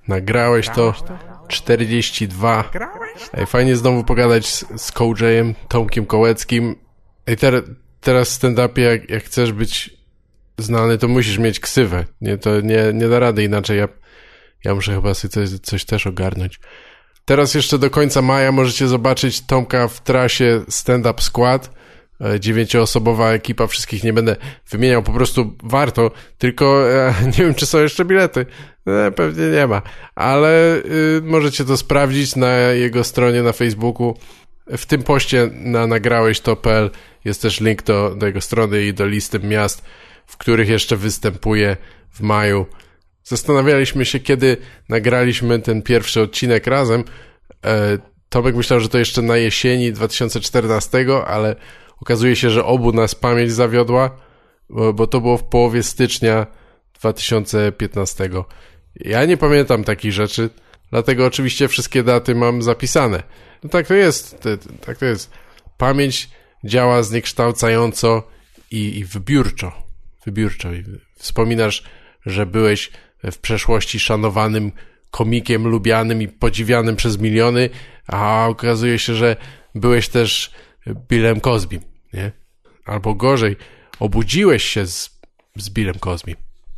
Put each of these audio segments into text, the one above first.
Nagrałeś to 42. Ej, fajnie znowu pogadać z Coachem, Tomkiem Kołeckim. Ej, teraz w stand-upie, jak chcesz być znany, to musisz mieć ksywę. Nie, to nie da rady inaczej. Ja muszę chyba sobie coś też ogarnąć. Teraz jeszcze do końca maja możecie zobaczyć Tomka w trasie Stand Up Squad. 9-osobowa ekipa, wszystkich nie będę wymieniał, po prostu warto, tylko nie wiem, czy są jeszcze bilety. Pewnie nie ma, ale możecie to sprawdzić na jego stronie na Facebooku. W tym poście na nagrałeś.to.pl jest też link do jego strony i do listy miast, w których jeszcze występuje w maju. Zastanawialiśmy się, kiedy nagraliśmy ten pierwszy odcinek razem. Tomek myślał, że to jeszcze na jesieni 2014, ale okazuje się, że obu nas pamięć zawiodła, bo to było w połowie stycznia 2015. Ja nie pamiętam takich rzeczy, dlatego oczywiście wszystkie daty mam zapisane. No tak to jest. Tak to jest. Pamięć działa zniekształcająco i wybiórczo. I wspominasz, że byłeś w przeszłości szanowanym komikiem, lubianym i podziwianym przez miliony, a okazuje się, że byłeś też Billem Cosbym, nie? Albo gorzej, obudziłeś się z Billem Cosbym.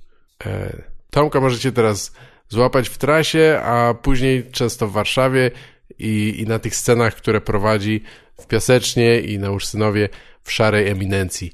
Tomka możecie teraz złapać w trasie, a później często w Warszawie i na tych scenach, które prowadzi w Piasecznie i na Ursynowie w Szarej Eminencji.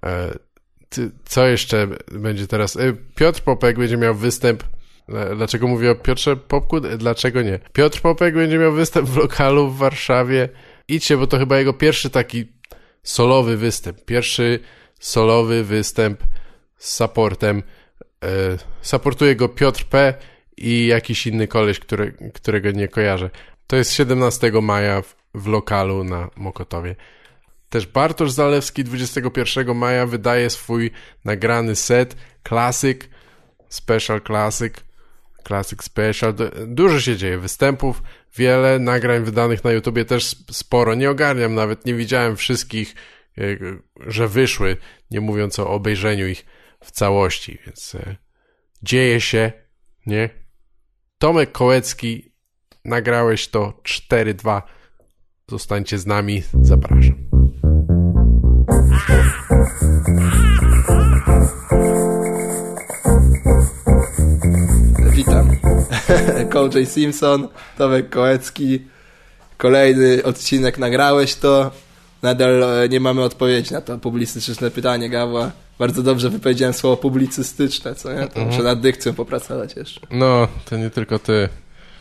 Co jeszcze będzie teraz? Piotr Popek będzie miał występ. Dlaczego mówię o Piotrze Popku? Dlaczego nie? Piotr Popek będzie miał występ w lokalu w Warszawie. Idźcie, bo to chyba jego pierwszy taki solowy występ. Pierwszy solowy występ z supportem. Supportuje go Piotr P. i jakiś inny koleś, którego nie kojarzę. To jest 17 maja w lokalu na Mokotowie. Też Bartosz Zalewski 21 maja wydaje swój nagrany set Classic, Special Classic, Classic Special. Dużo się dzieje, występów wiele, nagrań wydanych na YouTubie też sporo. Nie ogarniam nawet, nie widziałem wszystkich, że wyszły, nie mówiąc o obejrzeniu ich w całości, więc dzieje się, nie? Tomek Kołecki, nagrałeś to 4-2. Zostańcie z nami, zapraszam. Witam. Coach Simpson, Tomek Kołecki. Kolejny odcinek, nagrałeś to. Nadal nie mamy odpowiedzi na to publicystyczne pytanie, Gawła. Bardzo dobrze wypowiedziałem słowo publicystyczne, co nie? To muszę nad dykcją popracować jeszcze. No, to nie tylko ty.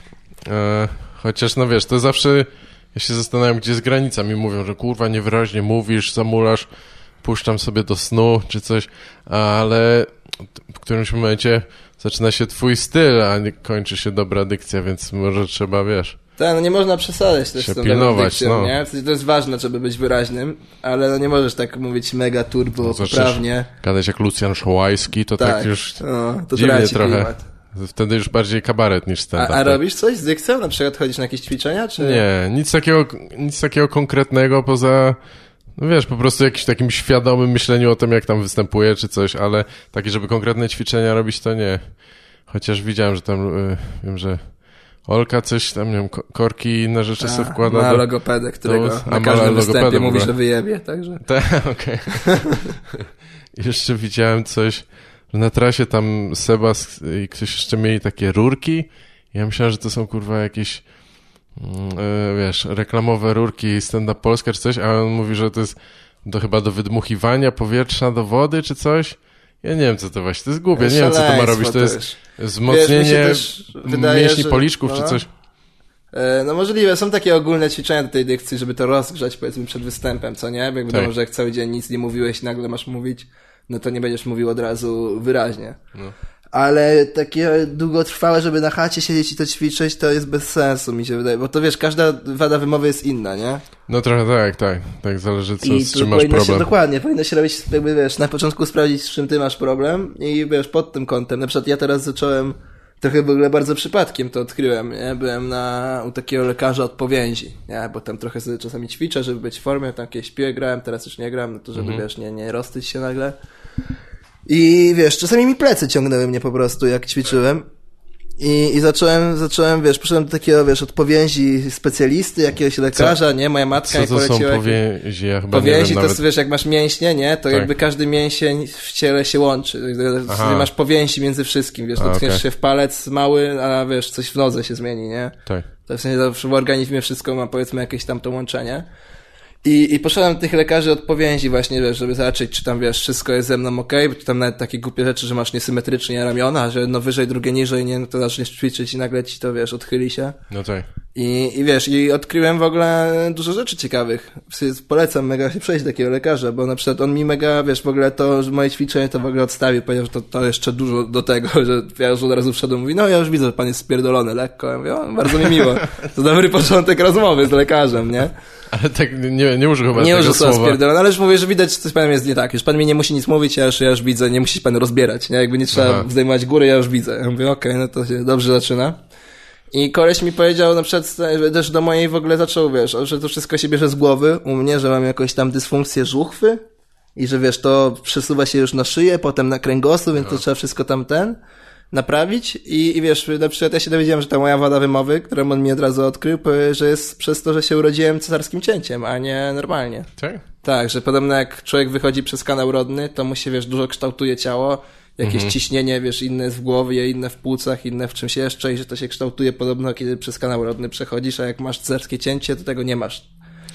Chociaż, no wiesz, to zawsze ja się zastanawiam, gdzie jest granica. Mi mówią, że kurwa niewyraźnie mówisz, zamulasz, puszczam sobie do snu czy coś, ale w którymś momencie zaczyna się twój styl, a nie kończy się dobra dykcja, więc może trzeba, wiesz... Tak, no nie można przesadzać też z tą dykcją, no. Nie? W sensie to jest ważne, żeby być wyraźnym, ale no nie możesz tak mówić mega turbo, poprawnie. Gadać jak Lucjan Szołajski, to tak już to dziwnie trochę. Klimat. Wtedy już bardziej kabaret niż stand-up. A robisz coś z dykcją? Na przykład chodzisz na jakieś ćwiczenia? Czy... Nie, nic takiego konkretnego poza... No wiesz, po prostu jakimś takim świadomym myśleniu o tym, jak tam występuje czy coś, ale takie, żeby konkretne ćwiczenia robić, to nie. Chociaż widziałem, że tam, wiem, że Olka coś tam, nie wiem, korki i inne rzeczy sobie wkłada. Ma logopedę, którego na każdym występie mówi, że wyjebie, także... Okej. Jeszcze widziałem coś, że na trasie tam Sebas i ktoś jeszcze mieli takie rurki. Ja myślałem, że to są kurwa jakieś... wiesz, reklamowe rurki Stand Up Polska czy coś, a on mówi, że to jest chyba do wydmuchiwania powietrza do wody czy coś. Ja nie wiem, co to właśnie, to jest głupie, nie wiem, co to ma robić, to jest wzmocnienie mięśni policzków czy coś. No możliwe, są takie ogólne ćwiczenia do tej dykcji, żeby to rozgrzać, powiedzmy, przed występem, co nie? Bo jak wiadomo, że jak cały dzień nic nie mówiłeś i nagle masz mówić, no to nie będziesz mówił od razu wyraźnie. No. Ale takie długotrwałe, żeby na chacie siedzieć i to ćwiczyć, to jest bez sensu, mi się wydaje, bo to wiesz, każda wada wymowy jest inna, nie? No trochę tak, zależy z czym masz problem. Dokładnie, powinno się robić, jakby wiesz, na początku sprawdzić, z czym ty masz problem i wiesz, pod tym kątem, na przykład ja teraz zacząłem, trochę w ogóle bardzo przypadkiem to odkryłem, nie? Byłem u takiego lekarza od powięzi, nie? Bo tam trochę sobie czasami ćwiczę, żeby być w formie, tam jakieś piłę grałem, teraz już nie gram, no to żeby wiesz, nie roztyć się nagle. I wiesz, czasami mi plecy ciągnęły mnie po prostu, jak ćwiczyłem. I zacząłem, wiesz, poszedłem do takiego, wiesz, od powięzi specjalisty, jakiegoś lekarza, nie? Moja matka mi poleciła. Co to są powięzi? Ja chyba powięzi nie wiem to nawet. wiesz, jak masz mięśnie, nie? To tak. Jakby każdy mięsień w ciele się łączy. Masz powięzi między wszystkim, wiesz, dotkniesz się w palec mały, a wiesz, coś w nodze się zmieni, nie? Tak. To w sensie w organizmie wszystko ma, powiedzmy, jakieś tam to łączenie. I poszedłem do tych lekarzy od powięzi właśnie, wiesz, żeby zobaczyć, czy tam, wiesz, wszystko jest ze mną okej, bo tam nawet takie głupie rzeczy, że masz niesymetrycznie ramiona, że jedno wyżej, drugie niżej, nie, no to zaczniesz ćwiczyć i nagle ci to, wiesz, odchyli się. No tak. I wiesz, i odkryłem w ogóle dużo rzeczy ciekawych. Polecam mega się przejść do takiego lekarza, bo na przykład on mi mega, wiesz, w ogóle to, że moje ćwiczenie to w ogóle odstawił, powiedział, że to jeszcze dużo do tego, że ja już od razu wszedłem, mówi, no ja już widzę, że pan jest spierdolony lekko. Ja mówię, o, bardzo mi miło. To dobry początek rozmowy z lekarzem, nie? Ale tak nie użył chyba nie tego słowa. słowa. Spierdolony, ale już mówię, że widać, że coś panem jest nie tak. Już pan mi nie musi nic mówić, ja już widzę, nie musi pan rozbierać, nie? Jakby nie trzeba zdejmować góry, ja już widzę. Ja mówię, okej, no to się dobrze zaczyna. I koleś mi powiedział na przykład, że też do mojej w ogóle zaczął, wiesz, że to wszystko się bierze z głowy u mnie, że mam jakąś tam dysfunkcję żuchwy i że wiesz, to przesuwa się już na szyję, potem na kręgosłup, więc to trzeba wszystko tam naprawić i wiesz, na przykład ja się dowiedziałem, że ta moja wada wymowy, którą on mi od razu odkrył, że jest przez to, że się urodziłem cesarskim cięciem, a nie normalnie. Tak? Tak, że podobno jak człowiek wychodzi przez kanał rodny, to mu się, wiesz, dużo kształtuje ciało, jakieś ciśnienie, wiesz, inne jest w głowie, inne w płucach, inne w czymś jeszcze i że to się kształtuje podobno, kiedy przez kanał rodny przechodzisz, a jak masz cesarskie cięcie, to tego nie masz.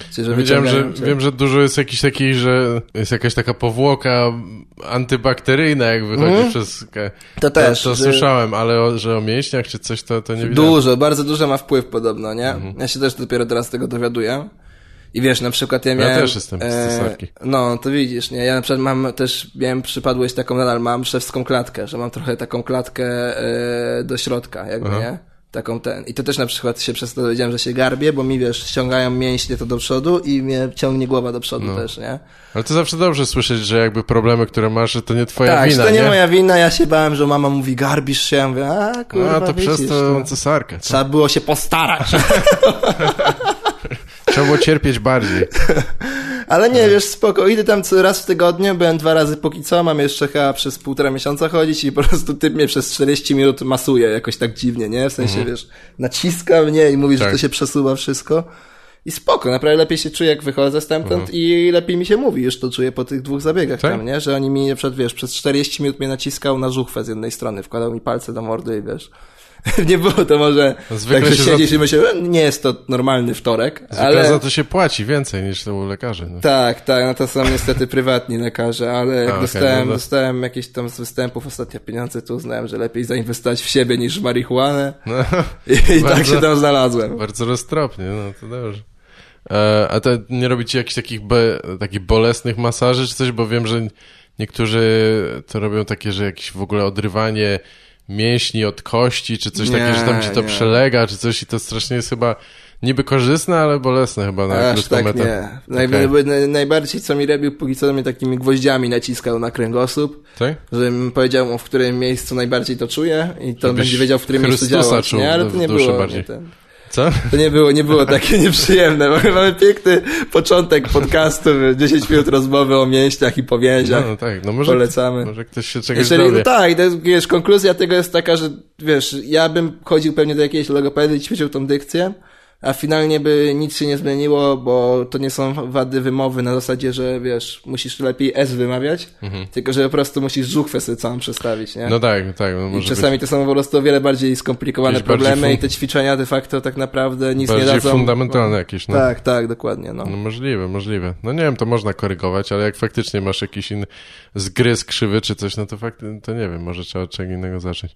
Wiem, że dużo jest jakiś taki, że jest jakaś taka powłoka antybakteryjna, jak wychodzi przez... To też. To słyszałem, ale że o mięśniach czy coś, to nie widziałem. Bardzo dużo ma wpływ podobno, nie? Ja się też dopiero teraz tego dowiaduję. I wiesz, na przykład ja miałem... Ja też jestem z cesarki. No, to widzisz, nie? Ja na przykład miałem przypadłość taką, nadal mam szewską klatkę, że mam trochę taką klatkę do środka, jakby, nie? Taką I to też na przykład się przez to dowiedziałem, że się garbię, bo mi, wiesz, ściągają mięśnie to do przodu i mnie ciągnie głowa do przodu też, nie? Ale to zawsze dobrze słyszeć, że jakby problemy, które masz, że to nie twoja wina, to nie moja wina, ja się bałem, że mama mówi, garbisz się, ja mówię, kurwa, to widzisz, przez to cesarkę. Trzeba było się postarać. Trzeba było cierpieć bardziej. Ale nie, wiesz, spoko, idę tam raz w tygodniu, byłem 2 razy póki co, mam jeszcze chyba przez 1,5 miesiąca chodzić i po prostu typ mnie przez 40 minut masuje jakoś tak dziwnie, nie? W sensie, wiesz, naciska mnie i mówi, że to się przesuwa wszystko. I spoko, naprawdę lepiej się czuję, jak wychodzę stamtąd i lepiej mi się mówi, już to czuję po tych 2 zabiegach tam, nie? Że oni mi, na przykład, wiesz, przez 40 minut mnie naciskał na żuchwę z jednej strony, wkładał mi palce do mordy i wiesz... Nie było to może tak, że siedzisz i myślisz, nie jest to normalny wtorek, ale... za to się płaci więcej niż u lekarzy. No. Tak, no to są niestety prywatni lekarze, ale jak dostałem jakieś tam z występów ostatnio pieniądze, to uznałem, że lepiej zainwestować w siebie niż w marihuanę i tak się tam znalazłem. Bardzo roztropnie, no to dobrze. A to nie robicie jakichś takich bolesnych masaży czy coś, bo wiem, że niektórzy to robią takie, że jakieś w ogóle odrywanie mięśni od kości, czy coś takiego, że tam ci to przelega, czy coś i to strasznie jest chyba niby korzystne, ale bolesne chyba na krótką metę. Nie. Najbardziej co mi robił, póki co mnie takimi gwoździami naciskał na kręgosłup, żebym powiedział mu, w którym miejscu najbardziej to czuję i to on będzie wiedział, w którym miejscu działać. Nie, ale to nie było. Co? To nie było takie nieprzyjemne, bo mamy piękny początek podcastu, 10 minut rozmowy o mięśniach i powięziach. No tak, no może, polecamy. Może ktoś się czegoś dowie. Tak, wiesz, konkluzja tego jest taka, że wiesz, ja bym chodził pewnie do jakiejś logopedy i ćwiczył tą dykcję, a finalnie by nic się nie zmieniło, bo to nie są wady wymowy na zasadzie, że wiesz, musisz lepiej S wymawiać, tylko że po prostu musisz żuchwę sobie całą przestawić, nie? No tak. No może i czasami to są po prostu o wiele bardziej skomplikowane problemy i te ćwiczenia de facto tak naprawdę nic nie dadzą. Bardziej fundamentalne jakieś, no. Tak, dokładnie, no. No możliwe. No nie wiem, to można korygować, ale jak faktycznie masz jakiś inny zgryz krzywy czy coś, no to nie wiem, może trzeba od czego innego zacząć.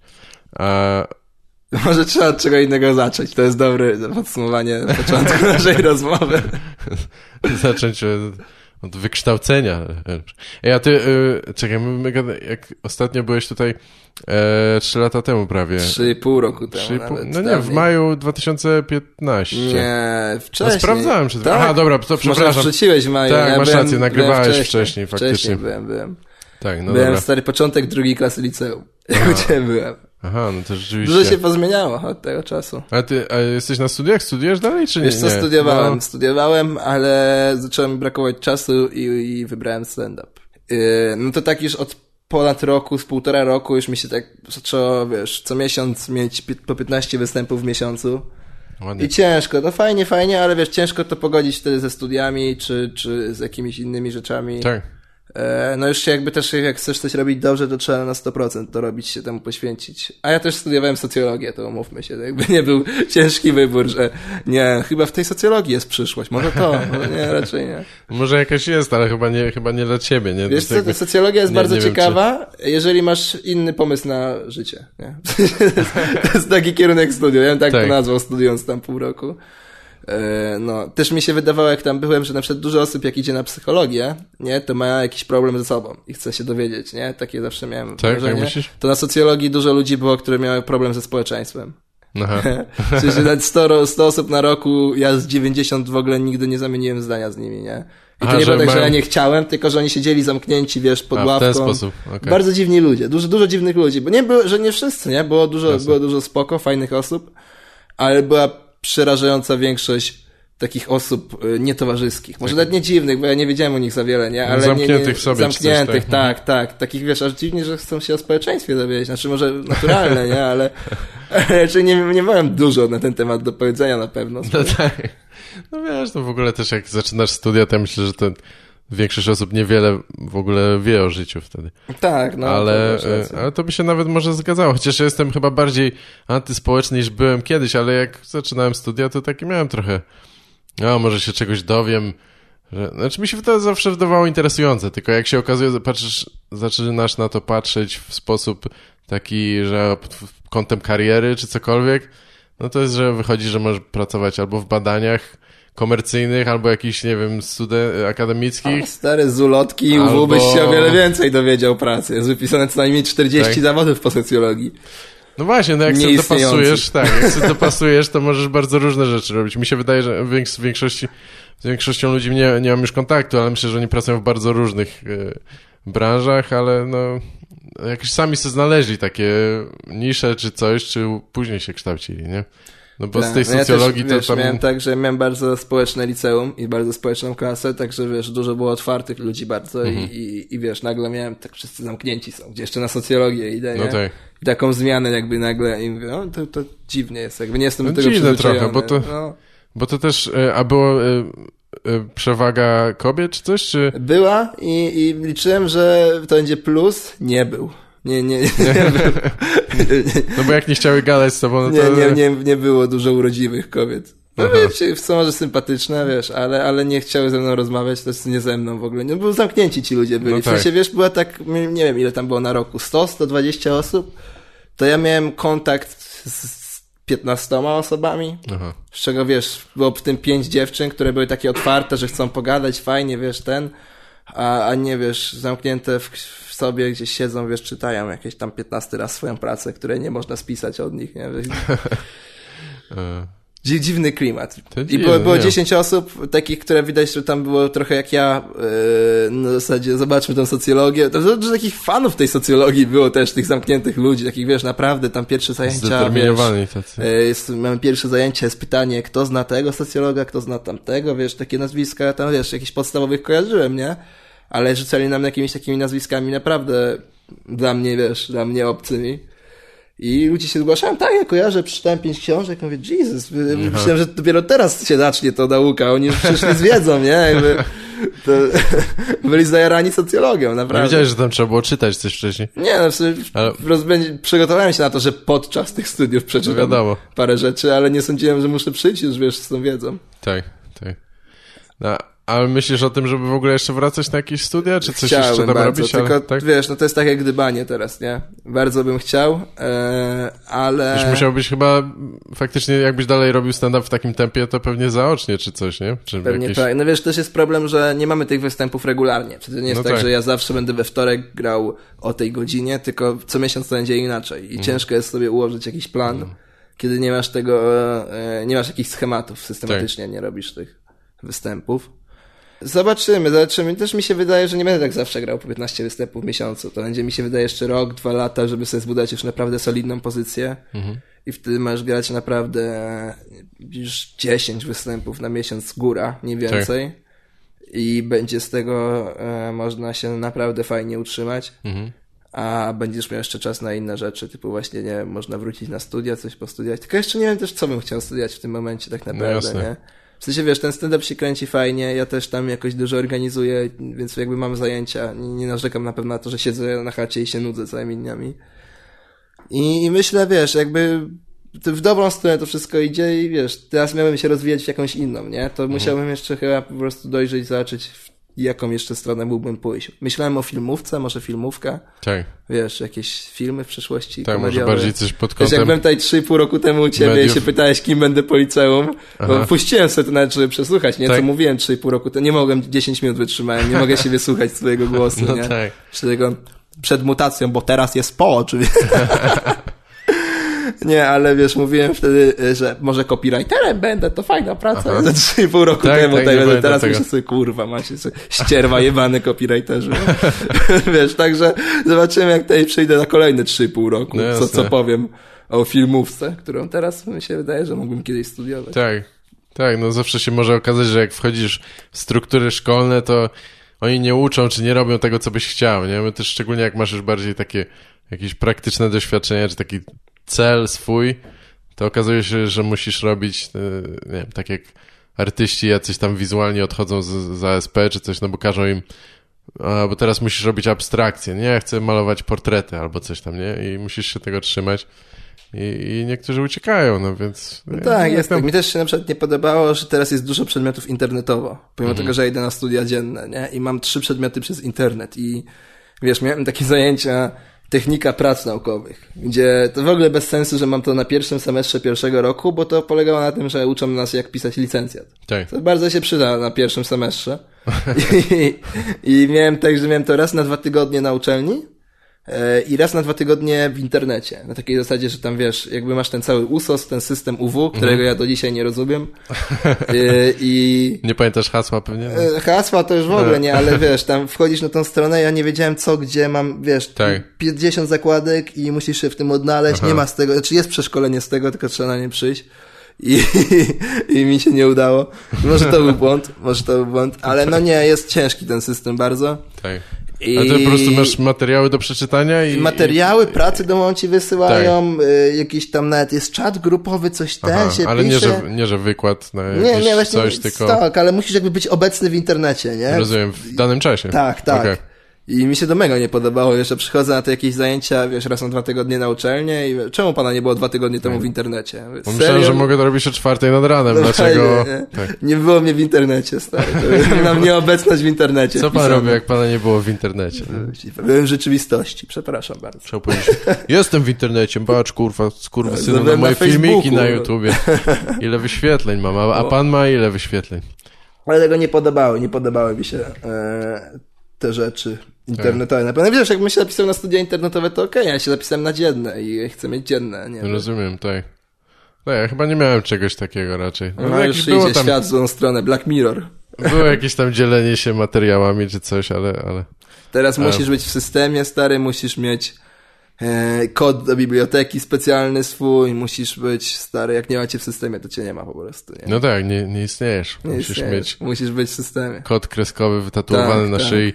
Może trzeba od czego innego zacząć. To jest dobre podsumowanie początku naszej rozmowy. Zacząć od wykształcenia. A ty, czekaj, jak ostatnio byłeś tutaj 3 lata temu prawie. 3,5 roku temu 3,5, nawet. No nie, w maju 2015. Nie, wcześniej. No sprawdzałem przed tak? Aha, dobra, to przepraszam. Może wrzuciłeś w maju. Tak, masz rację, nagrywałeś wcześniej faktycznie. Wcześniej byłem. Tak, no byłem dobra. Stary początek 2. klasy liceum. Jak u ciebie byłem. Aha, no to rzeczywiście. Dużo się pozmieniało od tego czasu. A jesteś na studiach? Studujesz dalej, czy nie? Wiesz co, studiowałem, ale zacząłem mi brakować czasu i wybrałem stand-up. No to tak już od ponad roku, z 1,5 roku już mi się tak zaczęło, wiesz, co miesiąc mieć po 15 występów w miesiącu. Ładnie. I ciężko, no fajnie, ale wiesz, ciężko to pogodzić wtedy ze studiami, czy z jakimiś innymi rzeczami. Tak. No już się jakby też, jak chcesz coś robić dobrze, to trzeba na 100% to robić, się temu poświęcić. A ja też studiowałem socjologię, to umówmy się, to jakby nie był ciężki wybór, że nie, chyba w tej socjologii jest przyszłość, może to, nie, raczej nie. Może jakaś jest, ale chyba nie dla ciebie, nie? Wiesz co, socjologia jest bardzo ciekawa, jeżeli masz inny pomysł na życie, nie? To jest taki kierunek studiów, ja bym tak to nazwał, studiując tam pół roku. No, też mi się wydawało, jak tam byłem, że na przykład dużo osób, jak idzie na psychologię, nie, to ma jakiś problem ze sobą i chce się dowiedzieć, nie? Takie zawsze miałem wrażenie. Myślisz? To na socjologii dużo ludzi było, które miały problem ze społeczeństwem. Aha. Czyli, że nawet 100 osób na roku, ja z 90 w ogóle nigdy nie zamieniłem zdania z nimi, nie? I to nie było tak, że ja nie chciałem, tylko że oni siedzieli zamknięci, wiesz, pod ławką. W ten sposób. Okay. Bardzo dziwni ludzie, dużo dziwnych ludzi, bo nie było, że nie wszyscy, nie? Było dużo spoko, fajnych osób, ale była przerażająca większość takich osób nietowarzyskich. Może nawet nie dziwnych, bo ja nie wiedziałem o nich za wiele, nie? Ale zamkniętych w sobie. Zamkniętych, tak. Takich, wiesz, aż dziwnie, że chcą się o społeczeństwie dowiedzieć. Znaczy może naturalne, nie? Ale raczej nie miałem dużo na ten temat do powiedzenia na pewno. No tak. No wiesz, to w ogóle też jak zaczynasz studia, to ja myślę, że większość osób niewiele w ogóle wie o życiu wtedy. Tak, no. Ale to by się nawet może zgadzało. Chociaż ja jestem chyba bardziej antyspołeczny niż byłem kiedyś, ale jak zaczynałem studia, to taki miałem trochę, może się czegoś dowiem. Znaczy mi się to zawsze wydawało interesujące, tylko jak się okazuje, zaczynasz na to patrzeć w sposób taki, że pod kątem kariery czy cokolwiek, no to jest, że wychodzi, że możesz pracować albo w badaniach komercyjnych, albo jakichś, nie wiem, akademickich. Stary, z ulotki i UW byś się o wiele więcej dowiedział pracy. Jest wypisane co najmniej 40 zawodów po socjologii. No właśnie, no jak sobie dopasujesz, to możesz bardzo różne rzeczy robić. Mi się wydaje, że z większością ludzi nie mam już kontaktu, ale myślę, że oni pracują w bardzo różnych branżach, ale no jakoś sami sobie znaleźli takie nisze czy coś, czy później się kształcili, nie? No bo z tej socjologii ja też, to tam... miałem tak, że miałem bardzo społeczne liceum i bardzo społeczną klasę, także wiesz, dużo było otwartych ludzi bardzo i wiesz, nagle miałem, tak wszyscy zamknięci są, gdzie jeszcze na socjologię idę, nie? No tak. I taką zmianę jakby nagle i mówię, no to dziwnie jest, jakby nie jestem do tego dziwne przyzwyczajony. trochę, bo to też, a było przewaga kobiet czy coś, czy... Była i liczyłem, że to będzie plus, nie był. Nie był. No bo jak nie chciały gadać z tobą, no to... Nie było dużo urodziwych kobiet. No wiecie, są może sympatyczne, wiesz, ale nie chciały ze mną rozmawiać, też nie ze mną w ogóle. No byli zamknięci ci ludzie byli. No w sensie, wiesz, była tak, nie wiem ile tam było na roku, 100-120 osób, to ja miałem kontakt z 15 osobami, z czego, wiesz, było w tym 5 dziewczyn, które były takie otwarte, że chcą pogadać, fajnie, wiesz, a nie, wiesz, zamknięte w sobie gdzieś siedzą, wiesz, czytają jakieś tam 15 raz swoją pracę, której nie można spisać od nich, nie? Dziwny klimat. I było 10 osób takich, które widać, że tam było trochę jak ja, na zasadzie zobaczmy tą socjologię. To dużo takich fanów tej socjologii było też, tych zamkniętych ludzi, takich, wiesz, naprawdę tam pierwsze zajęcia, zdeterminowani tacy. Mamy pierwsze zajęcie, jest pytanie, kto zna tego socjologa, kto zna tamtego, wiesz, takie nazwiska, tam, wiesz, jakichś podstawowych kojarzyłem, nie? Ale rzucali nam jakimiś takimi nazwiskami naprawdę dla mnie obcymi. I ludzie się zgłaszają, tak, ja kojarzę, przeczytałem 5 książek, mówię, Jesus, myślałem, że dopiero teraz się zacznie to nauka, oni już przyszli z wiedzą, nie? Jakby, to, byli zajarani socjologią, naprawdę. Nie wiedziałeś, że tam trzeba było czytać coś wcześniej. Nie, no w sumie przygotowałem się na to, że podczas tych studiów przeczytam parę rzeczy, ale nie sądziłem, że muszę przyjść już, wiesz, z tą wiedzą. Tak. No, ale myślisz o tym, żeby w ogóle jeszcze wracać na jakieś studia, czy coś jeszcze tam robić? Tylko tak? Wiesz, no to jest tak jak gdybanie teraz, nie? Bardzo bym chciał, ale... Już musiałbyś chyba faktycznie, jakbyś dalej robił stand-up w takim tempie, to pewnie zaocznie, czy coś, nie? Czy pewnie tak. No wiesz, też jest problem, że nie mamy tych występów regularnie. To nie jest tak, że ja zawsze będę we wtorek grał o tej godzinie, tylko co miesiąc to będzie inaczej. I ciężko jest sobie ułożyć jakiś plan, kiedy nie masz tego, nie masz jakichś schematów, systematycznie nie robisz tych występów. Zobaczymy. Też mi się wydaje, że nie będę tak zawsze grał po 15 występów w miesiącu. To będzie mi się wydaje jeszcze rok, 2 lata, żeby sobie zbudować już naprawdę solidną pozycję. I wtedy masz grać naprawdę już 10 występów na miesiąc góra, nie więcej. I będzie z tego można się naprawdę fajnie utrzymać. a będziesz miał jeszcze czas na inne rzeczy, typu właśnie, nie wiem, można wrócić na studia, coś postudiować. Tylko jeszcze nie wiem też, co bym chciał studiować w tym momencie tak naprawdę, nie? W sensie, wiesz, ten stand-up się kręci fajnie, ja też tam jakoś dużo organizuję, więc jakby mam zajęcia, nie narzekam na pewno na to, że siedzę na chacie i się nudzę całymi dniami. I myślę, wiesz, jakby w dobrą stronę to wszystko idzie i wiesz, teraz miałbym się rozwijać w jakąś inną, nie? To musiałbym jeszcze chyba po prostu dojrzeć, zobaczyć jaką jeszcze stronę mógłbym pójść. Myślałem o filmówce, może filmówka. Tak. Wiesz, jakieś filmy w przyszłości tak, komediowe. może bardziej coś pod kątem... Wiesz, jak byłem tutaj 3,5 roku temu u ciebie mediów. I się pytałeś, kim będę po liceum, bo puściłem sobie to nawet, żeby przesłuchać, nie? Tak. Co mówiłem 3,5 roku temu. Nie mogłem, 10 minut wytrzymałem, nie mogę siebie słuchać swojego głosu, no nie? Tak. Przed mutacją, bo teraz jest po, oczywiście. Nie, ale wiesz, mówiłem wtedy, że może copywriterem będę, to fajna praca. Za 3,5 roku temu, teraz myślę sobie, kurwa, macie ścierwa jebane copywriterzy. Wiesz, także zobaczymy, jak tutaj przyjdę na kolejne 3,5 roku, no co powiem o filmówce, którą teraz mi się wydaje, że mógłbym kiedyś studiować. Tak, no zawsze się może okazać, że jak wchodzisz w struktury szkolne, to oni nie uczą, czy nie robią tego, co byś chciał, nie? My też szczególnie jak masz już bardziej takie jakieś praktyczne doświadczenia, czy taki cel swój, to okazuje się, że musisz robić, nie wiem, tak jak artyści jacyś tam wizualnie odchodzą z ASP czy coś, no bo każą im, bo teraz musisz robić abstrakcję, nie? Ja chcę malować portrety albo coś tam, nie? I musisz się tego trzymać. I niektórzy uciekają, no więc... No tak, jest tak. Mi też się na przykład nie podobało, że teraz jest dużo przedmiotów internetowo. Pomimo tego, że ja idę na studia dzienne, nie? I mam 3 przedmioty przez internet i wiesz, miałem takie zajęcia technika prac naukowych, gdzie to w ogóle bez sensu, że mam to na pierwszym semestrze pierwszego roku, bo to polegało na tym, że uczą nas jak pisać licencjat. Tak. To bardzo się przyda na pierwszym semestrze. I miałem tak, że miałem to raz na 2 tygodnie na uczelni i raz na 2 tygodnie w internecie. Na takiej zasadzie, że tam wiesz, jakby masz ten cały USOS, ten system UW, którego ja do dzisiaj nie rozumiem. I nie pamiętasz hasła pewnie? No? Hasła to już w ogóle nie, ale wiesz, tam wchodzisz na tą stronę, ja nie wiedziałem co, gdzie mam, wiesz, tak. 50 zakładek i musisz się w tym odnaleźć, nie ma z tego, znaczy jest przeszkolenie z tego, tylko trzeba na nie przyjść. I mi się nie udało. Może to był błąd, ale no nie, jest ciężki ten system bardzo. Tak. A ty po prostu masz materiały do przeczytania i... Materiały, pracy domową ci wysyłają, tak. Jakiś tam nawet jest czat grupowy, coś się ale pisze. nie, że wykład na jakieś nie, właśnie, coś, tylko... Tak, ale musisz jakby być obecny w internecie, nie? Rozumiem, w danym czasie. Tak. Okay. I mi się to mega nie podobało, jeszcze przychodzę na te jakieś zajęcia, wiesz, raz na 2 tygodnie na uczelnię i czemu pana nie było 2 tygodnie temu w internecie? Myślałem, że mogę to robić o 4 nad ranem, no dlaczego? Nie było mnie w internecie, stary, to na mnie obecność w internecie. Co pan robi, jak pana nie było w internecie? Byłem w rzeczywistości, przepraszam bardzo. Trzeba powiedzieć, jestem w internecie, bacz, skurwysynu, na moje filmiki na YouTubie. Ile wyświetleń mam, a pan ma ile wyświetleń? Ale tego nie podobały mi się te rzeczy internetowe. Na pewno wiesz, jakbym się zapisał na studia internetowe, to okej, ja się zapisałem na dzienne i chcę mieć dzienne. Nie rozumiem, tak. No ja chyba nie miałem czegoś takiego raczej. No już idzie tam... świat w złą stronę, Black Mirror. Było jakieś tam dzielenie się materiałami czy coś, ale... Teraz musisz być w systemie, stary, musisz mieć kod do biblioteki specjalny swój, musisz być, stary, jak nie macie w systemie, to cię nie ma po prostu. Nie? No tak, nie istniejesz. Musisz być w systemie. Kod kreskowy wytatuowany na szyi.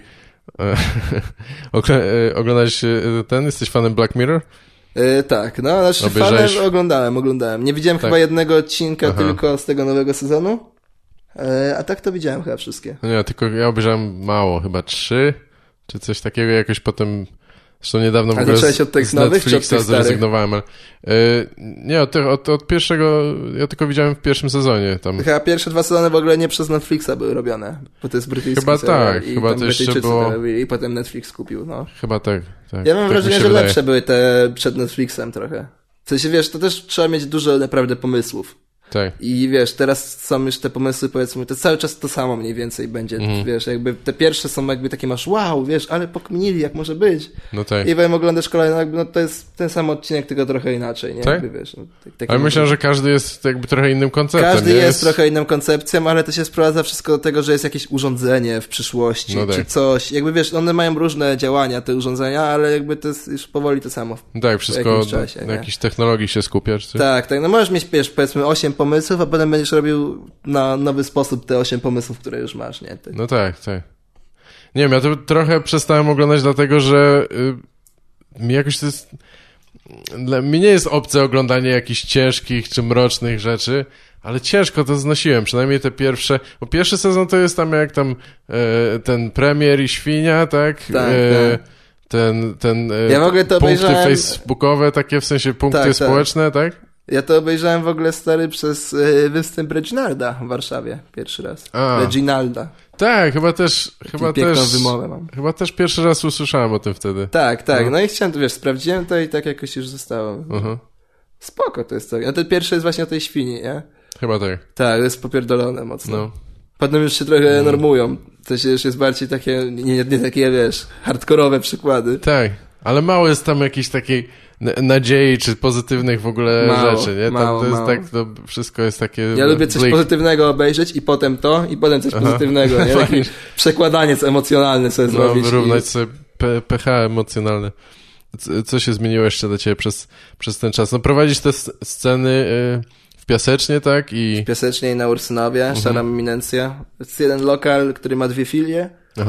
Oglądałeś ten? Jesteś fanem Black Mirror? Tak, no, znaczy fanem oglądałem. Nie widziałem chyba jednego odcinka tylko z tego nowego sezonu, a tak to widziałem chyba wszystkie. No nie, tylko ja obejrzałem mało, chyba 3, czy coś takiego, jakoś potem... Zresztą niedawno w ogóle od tych z nowych, Netflixa zrezygnowałem, ale nie, od pierwszego, ja tylko widziałem w pierwszym sezonie tam. Chyba pierwsze 2 sezony w ogóle nie przez Netflixa były robione, bo to jest brytyjski chyba serial, tak, chyba to jeszcze było... I potem Netflix kupił, no. Chyba tak. Ja mam wrażenie, że lepsze były te przed Netflixem trochę. W sensie, wiesz, to też trzeba mieć dużo naprawdę pomysłów. Tak. I wiesz, teraz są już te pomysły, powiedzmy, to cały czas to samo mniej więcej będzie, wiesz, jakby te pierwsze są jakby takie masz, wow, wiesz, ale pokminili, jak może być. No tak. I potem oglądasz kolejny, jakby, no to jest ten sam odcinek, tylko trochę inaczej, nie? Tak? Jakby, wiesz, no, ale myślę, że każdy jest jakby trochę innym konceptem. Każdy jest trochę inną koncepcją, ale to się sprowadza wszystko do tego, że jest jakieś urządzenie w przyszłości, no tak. czy coś. Jakby wiesz, one mają różne działania, te urządzenia, ale jakby to jest już powoli to samo. Tak, wszystko na jakiejś technologii się skupia, czy coś? Tak, no możesz mieć, wiesz, powiedzmy 8 pomysłów, a potem będziesz robił na nowy sposób te 8 pomysłów, które już masz, nie? No tak. Nie wiem, ja to trochę przestałem oglądać dlatego, że mi jakoś to jest... Mi nie jest obce oglądanie jakichś ciężkich czy mrocznych rzeczy, ale ciężko to znosiłem, przynajmniej te pierwsze, bo pierwszy sezon to jest tam jak tam ten premier i świnia, tak? Ten ja w ogóle to punkty obejrzałem... facebookowe, takie w sensie punkty społeczne, tak? Ja to obejrzałem w ogóle stary przez występ Reginalda w Warszawie pierwszy raz. Reginalda. Tak, chyba też wymowę mam. Chyba też pierwszy raz usłyszałem o tym wtedy. Tak. No i chciałem, wiesz, sprawdziłem to i tak jakoś już zostało. Spoko to jest to. No ten pierwszy jest właśnie o tej świni, nie? Chyba tak. Tak, to jest popierdolone mocno. No. Potem już się trochę normują. To się już jest bardziej takie, nie takie, wiesz, hardkorowe przykłady. Tak, ale mało jest tam jakiejś takiej nadziei, czy pozytywnych w ogóle rzeczy, nie? Tam to jest tak, to wszystko jest takie... Ja lubię coś pozytywnego obejrzeć i potem to, i potem coś pozytywnego, nie? Taki przekładaniec emocjonalny sobie zrobić. Wyrównać sobie pH emocjonalne. Co się zmieniło jeszcze dla ciebie przez ten czas? No prowadzisz te sceny w Piasecznie, tak? W Piasecznie i na Ursynowie, Szara Eminencja. To jest jeden lokal, który ma 2 filie.